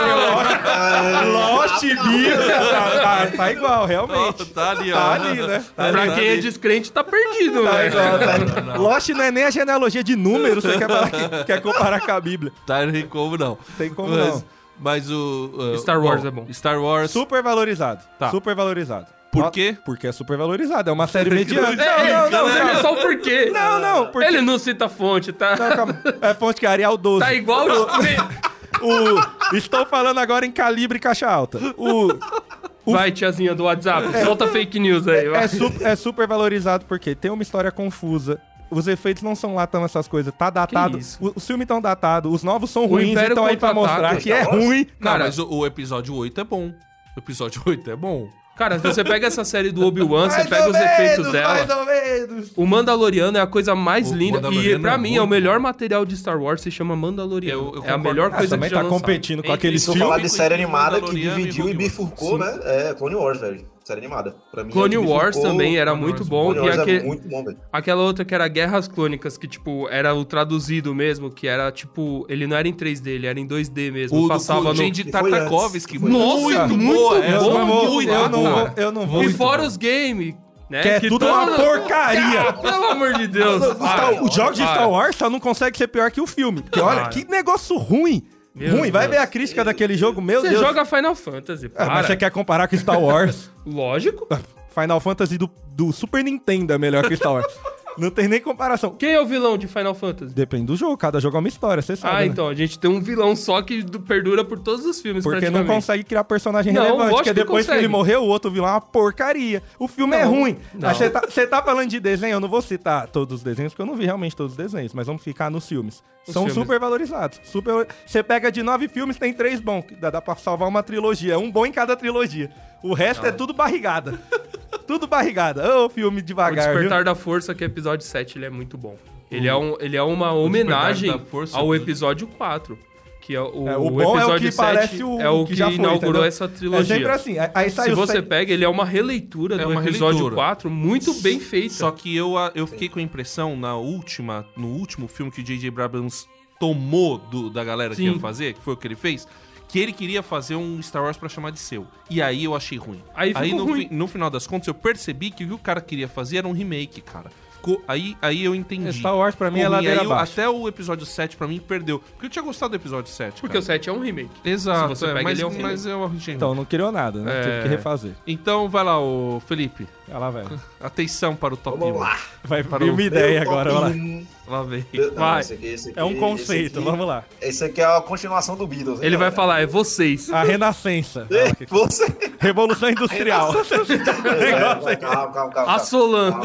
que Lost, Lost Bíblia, tá, tá, tá igual, realmente. Tá ali, ó. Tá ali, né? Tá Pra ali. quem é descrente, tá perdido, Tá velho. igual, tá. Lost não é nem a genealogia de números, você quer, falar que- quer comparar com a Bíblia. Tá, não tem como não. Tem como mas, não. Mas o... uh, Star Wars é bom. Star Wars... Super valorizado. Tá. Super valorizado. Por Ó, quê? Porque é super valorizado. É uma série mediana. É, não, não, não, não, não, só o porquê. não, não, porque... Ele não cita a fonte, tá? Não, calma. É fonte que é Arial doze. Tá igual o... O... Estou falando agora em calibre caixa alta. O... o- Vai, tiazinha do WhatsApp, solta fake news aí. vai. É, su- é super valorizado porque tem uma história confusa. Os efeitos não são lá tão essas coisas. Tá datado. isso? O- Os filmes estão datados. Os novos são ruins. Império Estão aí pra Contra-Ataca, mostrar que é Star Wars? ruim. Não, Cara, mas o, o episódio oito é bom. O episódio oito é bom. Cara, se você pega essa série do Obi-Wan, você Mais pega ou os efeitos menos, dela. mais ou menos. O Mandaloriano é a coisa mais O linda. E Mandaloriano pra é mim, é o muito melhor material de Star Wars, se chama Mandaloriano. Eu- eu é a concordo. melhor Ah, coisa também que já tá lançaram. competindo com Entre aqueles Se eu filmes. falar de série Entre animada que Mandaloriano e dividiu e Rogue One. bifurcou, né? É Clone Wars, velho. Série animada. Pra mim, Clone é que Wars bifurcou. também era Clone muito Wars. bom. Clone E Wars é aque- muito bom, velho. aquela outra que era Guerras Clônicas, que, tipo, era o traduzido mesmo, que era, tipo, ele não era em três D, ele era em dois D mesmo. O passava do no... Jandy Que foi Tartakovsky. antes. Nossa, muito muito boa. bom, Essa Eu não vou, muito eu não boa. vou, eu não vou. E fora os games, né? Que é tudo todo- uma porcaria. Pelo amor de Deus. Os Star- Os jogos de para. Star Wars só não consegue ser pior que o filme. Porque olha, Para. que negócio ruim. Meu ruim. Vai Deus. ver a crítica daquele jogo, meu Você Deus. joga Final Fantasy, Ah, para. mas você quer comparar com Star Wars? Lógico. Final Fantasy do, do Super Nintendo é melhor que Star Wars. Não tem nem comparação. Quem é o vilão de Final Fantasy? Depende do jogo, cada jogo é uma história, você sabe. Ah, né? então, a gente tem um vilão só que do- perdura por todos os filmes, Porque não praticamente. consegue criar personagem Não, relevante. lógico Porque que depois que, consegue. ele morreu, o outro vilão é uma porcaria. O filme é Não, ruim. não. Mas você tá, você tá falando de desenho, eu não vou citar todos os desenhos, porque eu não vi realmente todos os desenhos, mas vamos ficar nos filmes. Os São filmes. super valorizados. Super... Você pega de nove filmes, tem três bons. Dá, dá pra salvar uma trilogia. Um bom em cada trilogia. O resto é tudo barrigada. tudo barrigada. Ô, filme O devagar, Despertar viu? da Força, que é episódio sete, ele é muito bom. Ele, é, um, ele é uma homenagem da Força ao do- episódio quatro. Que é o, É, o o bom é o episódio que sete parece o é o que que, já foi, inaugurou entendeu? essa É trilogia. sempre assim. Aí- Aí sai Se o você sete- pega, ele é uma releitura É do uma episódio releitura. quatro, muito bem feita. Só que eu, eu fiquei com a impressão, na última, no último filme que o J J Abrams tomou do- da galera que Sim. ia fazer, que foi o que ele fez, que ele queria fazer um Star Wars pra chamar de seu. E aí eu achei ruim. Aí ficou no, ruim. fi- no final das contas, eu percebi que o que o cara queria fazer era um remake, cara. Ficou, aí, aí eu entendi. Star Wars pra mim Ficou é ruim. ladeira Aí eu- abaixo. Até o episódio sete pra mim perdeu. Porque eu tinha gostado do episódio sete, Porque cara. o sete é um remake. Exato, se você é, pega, mas, ele é um remake. mas eu achei ruim. Então, não criou nada, né? É. Teve que refazer. Então vai lá, ô Felipe. Olha lá, velho. Atenção para o top Vamos um. lá. Vai Para vir o- uma ideia Meu agora, top olha lá. um Lá vem. Não, vai. Esse aqui, esse aqui, é um conceito, aqui, vamos lá. Esse aqui é a continuação do Beatles. Hein, Ele galera? vai falar, é vocês. A renascença. É, você. Revolução Industrial. É, calma, calma, calma. Assolando.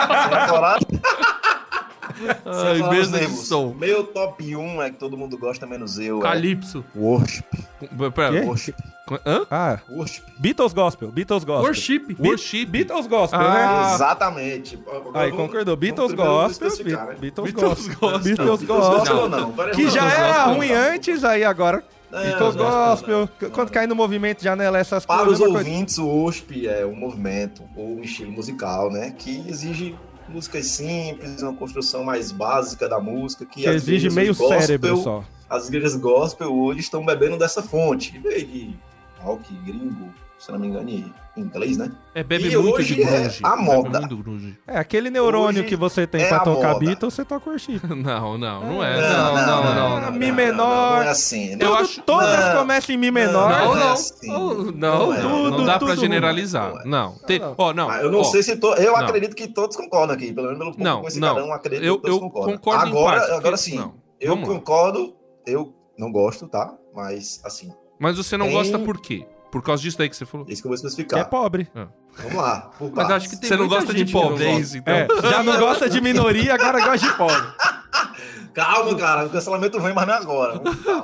Ai, mesa de som. Meu top um é que todo mundo gosta, menos eu. Calypso. É Worship. Pera, Worship. Hã? Ah, Worship. Beatles Gospel. Beatles Gospel. Worship. Be Worship. Beatles Gospel, ah, né? Exatamente. Aí, vamos, concordou. Beatles Gospel. Gospel. Né? Beatles Gospel. Beatles Gospel. Gospel. Que já era ruim antes, aí agora... Beatles Gospel. Quando cai no movimento, janela, essas coisas... coisas... Para os ouvintes, o Worship é um movimento ou um estilo musical, né? Que exige... músicas simples, uma construção mais básica da música. Que, que exige meio gospel, cérebro só. As igrejas gospel hoje estão bebendo dessa fonte. E rock gringo, se não me engano, em inglês, né? É, bebe e muito hoje de grunge. É a moda. É, aquele neurônio hoje que você tem é pra tocar Beatles, você toca worship. Não, não, não é. Não, não, não. não, não, não Mi menor. Não é assim. Tudo, eu acho... Todas não, começam em Mi menor. Não, não. Não, é assim. não, não, não, é. não, não dá tudo, pra tudo generalizar. Não. não. Tem... não. Oh, não. Mas eu não oh. sei se... To... Eu não. acredito que todos concordam aqui. Pelo menos pelo pouco não, com esse não. cada um, acredito eu, que todos eu concordam. concordo agora, em parte, agora sim. Não. Eu Vamos concordo. Lá. Eu não gosto, tá? Mas, assim... Mas você não tem... gosta por quê? Por causa disso daí que você falou? Isso que eu vou especificar. Que é pobre. Ah. Vamos lá. Mas acho que tem você não gosta de pobreza, então. É, já não gosta de minoria, agora gosta de pobre. Calma, cara. O cancelamento vem, mas não é agora.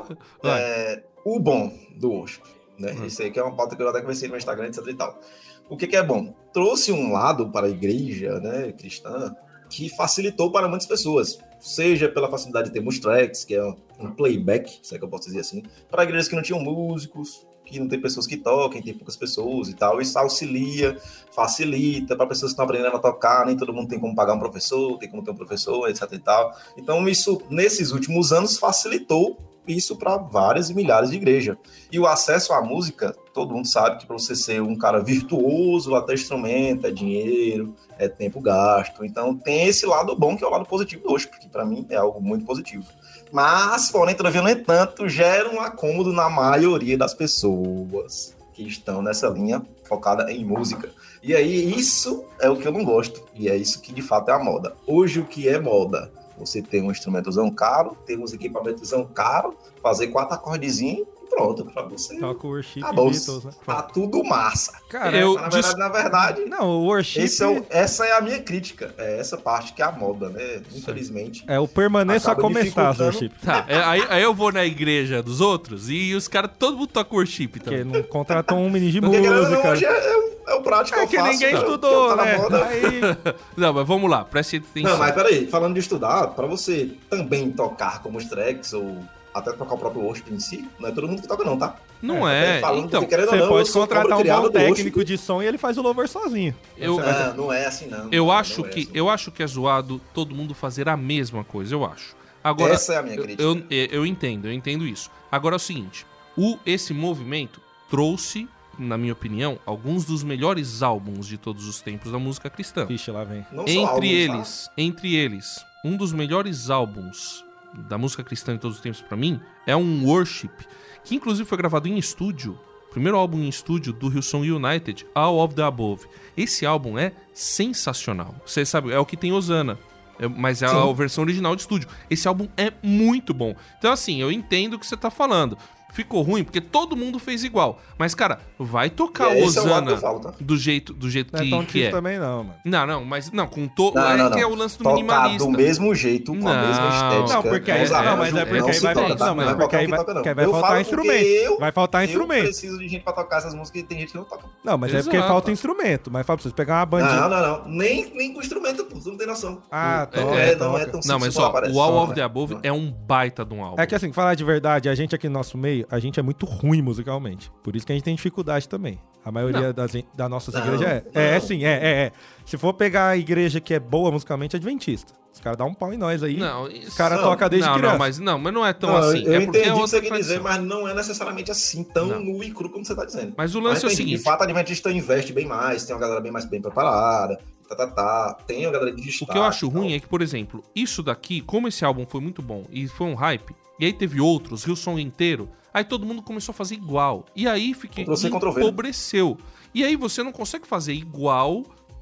É, o bom do Worship, né? Hum. Isso aí que é uma pauta que eu até conversei no meu Instagram, etc e tal. O que, que é bom? Trouxe um lado para a igreja, né, cristã, que facilitou para muitas pessoas. Seja pela facilidade de termos tracks, que é um playback, se é que eu posso dizer assim, para igrejas que não tinham músicos, que não tem pessoas que toquem, tem poucas pessoas e tal. Isso auxilia, facilita para pessoas que estão aprendendo a tocar. Nem todo mundo tem como pagar um professor, tem como ter um professor, etc e tal. Então, isso, nesses últimos anos, facilitou isso para várias e milhares de igrejas. E o acesso à música, todo mundo sabe que para você ser um cara virtuoso, até instrumento, é dinheiro, é tempo gasto. Então, tem esse lado bom, que é o lado positivo do hoje, porque para mim é algo muito positivo. Mas, porém, todavia, no entanto, gera um acômodo na maioria das pessoas que estão nessa linha focada em música. E aí, isso é o que eu não gosto. E é isso que, de fato, é a moda. Hoje, o que é moda? Você tem um instrumentozão caro, tem uns equipamentos caros, fazer quatro acordezinhos e pronto, pra você. Toca o worship tá e Beatles, né? Tá tudo massa. Cara, eu na verdade, na verdade... Não, o worship... Esse é o, essa é a minha crítica. É essa parte que é a moda, né? Infelizmente. É o permaneça a começar, o worship. Tá, é, aí, aí eu vou na igreja dos outros e os caras, todo mundo toca worship. Porque não contratam um menino de Porque, música. Não, hoje é, é, o, é o prático é que eu faço. É que ninguém estudou, tá né? Aí... Não, mas vamos lá, preste atenção. Não, mas peraí, falando de estudar, pra você também tocar como os tracks ou até tocar o próprio worship em si, não é todo mundo que toca não, tá? Não é, é. Então, que, você não, pode contratar um bom técnico de som e ele faz o louvor sozinho. Eu, não, não é assim não. Eu, não, acho, não é que, assim. eu acho que é zoado todo mundo fazer a mesma coisa, eu acho. Agora, essa é a minha crítica. Eu, eu, eu entendo, eu entendo isso. Agora é o seguinte, o, esse movimento trouxe, na minha opinião, alguns dos melhores álbuns de todos os tempos da música cristã. Vixe, lá vem. Não entre álbuns, eles, tá? entre eles, um dos melhores álbuns da música cristã de todos os tempos pra mim é um Worship, que inclusive foi gravado em estúdio, primeiro álbum em estúdio do Hillsong United, All of the Above. Esse álbum é sensacional. Você sabe, é o que tem Hosanna, é, mas é Sim. a versão original de estúdio. Esse álbum é muito bom. Então assim, eu entendo o que você tá falando. Ficou ruim porque todo mundo fez igual. Mas, cara, vai tocar o Hosanna é falo, tá? do jeito, do jeito não que, é tão que é. também não, mano. Não, não, mas não, com todo. Não, é não, que não. é o lance do tocar minimalista. do mesmo jeito, com não, a mesma estética. Não, porque aí, não, não, mas é porque aí vai faltar. Não, mas porque aí vai, vai, vai faltar instrumento. Eu, vai faltar instrumento. Eu preciso de gente pra tocar essas músicas e tem gente que não toca. Não, mas Exato. é porque falta instrumento. Mas fala pra vocês pegar uma bandinha. Não, não, não. Nem, nem com instrumento, pô. Você não tem noção. Ah, toca, é, é, não é tão Não, mas só, o All of the Above é um baita de um álbum. É que assim, falar de verdade, a gente aqui no nosso meio, a gente é muito ruim musicalmente. Por isso que a gente tem dificuldade também. A maioria das, das nossas não, igrejas é. Não. É, sim, é, é, é. Se for pegar a igreja que é boa musicalmente, é adventista. Os caras dão um pau em nós aí. Não, isso... Os caras tocam desde não, criança. Não, mas não, mas não é tão não, assim. Eu é entendi é o que você quer dizer, mas não é necessariamente assim, tão não. nu e cru como você tá dizendo. Mas o lance mas, é o seguinte... De fato, a adventista investe bem mais, tem uma galera bem mais bem preparada, tá, tá, tá, tem uma galera de destaque. O que eu acho ruim é que, por exemplo, isso daqui, como esse álbum foi muito bom e foi um hype, e aí teve outros, Hillsong inteiro, aí todo mundo começou a fazer igual. E aí fiquei empobreceu. E aí você não consegue fazer igual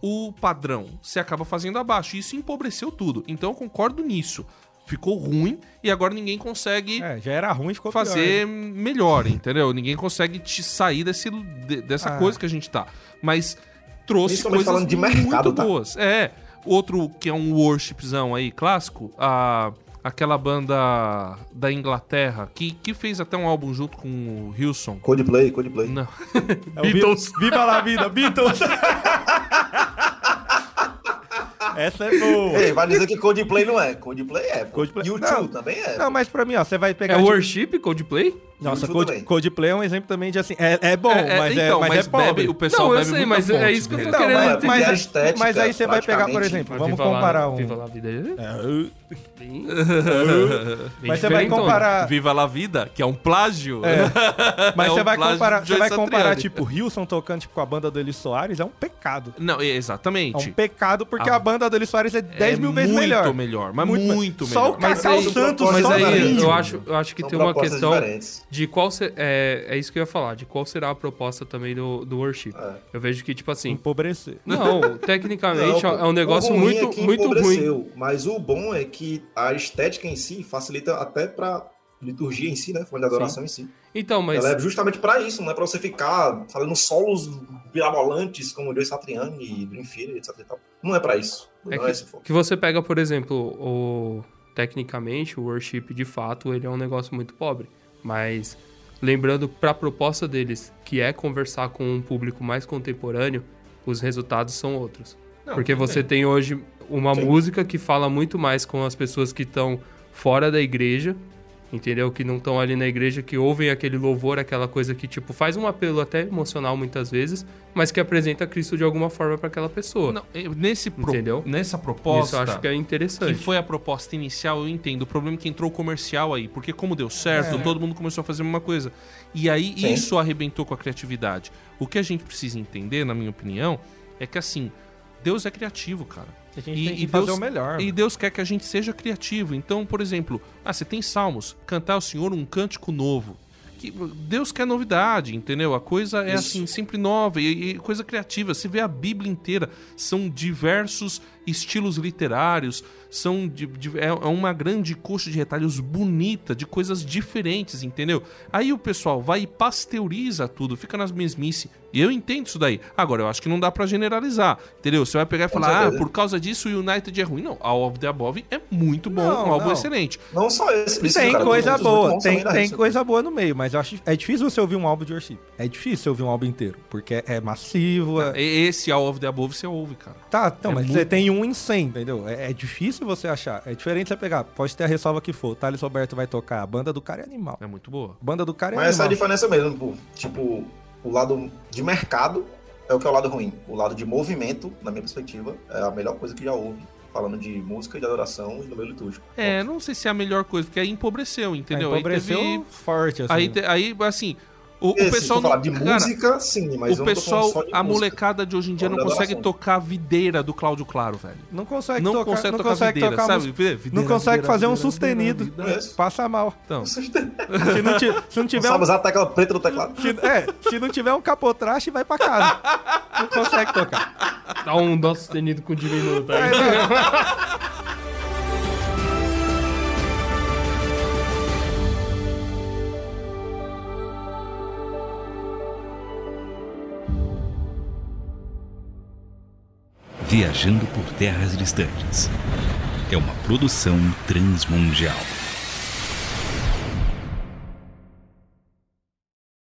o padrão, você acaba fazendo abaixo. E isso empobreceu tudo. Então eu concordo nisso. Ficou ruim e agora ninguém consegue é, já era ruim, ficou fazer pior, melhor, entendeu? Ninguém consegue te sair desse, de, dessa ah. coisa que a gente tá. Mas trouxe coisas falando de mercado, muito boas. Tá? É, outro que é um worshipzão aí, clássico, a, aquela banda da Inglaterra, que, que fez até um álbum junto com o Hilson. Coldplay, Coldplay. Não. É Beatles. Viva la vida, Beatles! Essa é boa. Ei, vai dizer que Coldplay não é. Coldplay é. Coldplay... U dois também é. Não, mas pra mim, ó, você vai pegar... É tipo... Worship, Coldplay? Nossa, Cold, Coldplay é um exemplo também de assim... É, é bom, é, é, mas, então, é, mas, mas é pobre. Bebe, o pessoal não, bebe eu sei, mas fonte, é isso que eu tô não, querendo mas, entender. Mas, estética, mas aí você vai pegar, por exemplo, vamos Viva comparar lá, um... Viva la vida. É. Bem... Mas você vai comparar... Viva la vida, que é um plágio. É. Mas é você um vai comparar, você vai comparar Satriani. tipo, Hilson tocando tipo, com a banda do Eli Soares, é um pecado. Não, exatamente. É um pecado porque ah, a banda do Eli Soares é dez é mil vezes melhor. Muito melhor, mas muito, muito melhor. Só o Cacau Santos, mas só aí eu acho, eu acho que São tem uma questão diferentes. de qual se, é, é isso que eu ia falar, de qual será a proposta também do, do worship. É. Eu vejo que, tipo assim... Empobrecer. Não, tecnicamente não, é um negócio muito, é que muito ruim. Mas o bom é que a estética em si facilita até pra liturgia em si, né? Forma de adoração Sim. em si. Então, mas... Ela é justamente pra isso, não é pra você ficar fazendo solos mirabolantes como o Joe Satriani e Dream Theater, etc e tal. Não é pra isso. É não que, é esse foco. que você pega, por exemplo, o... tecnicamente, o worship, de fato, ele é um negócio muito pobre. Mas... lembrando para a proposta deles, que é conversar com um público mais contemporâneo, os resultados são outros. Não, Porque você bem. tem hoje uma Sim. música que fala muito mais com as pessoas que estão fora da igreja, entendeu? Que não estão ali na igreja, que ouvem aquele louvor, aquela coisa que, tipo, faz um apelo até emocional muitas vezes, mas que apresenta Cristo de alguma forma para aquela pessoa. Não, nesse pro... entendeu? Nessa proposta... Isso eu acho que é interessante. Que foi a proposta inicial, eu entendo. O problema é que entrou o comercial aí, porque como deu certo, é. todo mundo começou a fazer a mesma coisa. E aí Sim. isso arrebentou com a criatividade. O que a gente precisa entender, na minha opinião, é que assim, Deus é criativo, cara. A gente e, tem que e fazer Deus, o melhor. E Deus quer que a gente seja criativo. Então, por exemplo, ah, você tem salmos, cantar ao Senhor um cântico novo. Que Deus quer novidade, entendeu? A coisa é Isso. assim, sempre nova e, e coisa criativa. Você vê a Bíblia inteira, são diversos estilos literários, são de, de, é uma grande coxa de retalhos bonita, de coisas diferentes, entendeu? Aí o pessoal vai e pasteuriza tudo, fica nas mesmices. E eu entendo isso daí. Agora, eu acho que não dá pra generalizar, entendeu? Você vai pegar e falar, ah, por causa disso o United é ruim. Não, All of the Above é muito bom, não, um álbum não. excelente. Não só esse. Tem cara, coisa boa, tem, também, tem coisa boa no meio, mas eu acho é difícil você ouvir um álbum de worship. É difícil você ouvir um álbum inteiro, porque é massivo. É... Esse All of the Above você ouve, cara. Tá, então, é mas muito... você tem um em cem, entendeu? É, é difícil você achar. É diferente você pegar, pode ter a ressalva que for, o Thales Roberto vai tocar, a banda do cara é animal. É muito boa. A banda do cara é mas animal. Mas essa é a diferença mesmo, pô. Tipo, o lado de mercado é o que é o lado ruim. O lado de movimento, na minha perspectiva, é a melhor coisa que já houve. Falando de música, de adoração e do meio litúrgico. É, não sei se é a melhor coisa, porque aí empobreceu, entendeu? É, empobreceu aí teve... forte, assim. Aí, te... aí assim... O, Esse, o pessoal não, falar de cara, música, sim, mas o pessoal, só de a música. molecada de hoje em dia não consegue tocar a videira do Cláudio Claro, velho. Não consegue não tocar, consegue não tocar consegue videira, tocar sabe? Videira, videira, não consegue videira, fazer videira, um sustenido. Videira, videira. Passa mal. Então. se, não tiver, se não tiver não um... sabe usar a tecla preta no teclado. Se, é, se não tiver um capotraste, vai pra casa. Não consegue tocar. Dá um dó sustenido com diminuto aí. É, Viajando por terras distantes. É uma produção transmundial.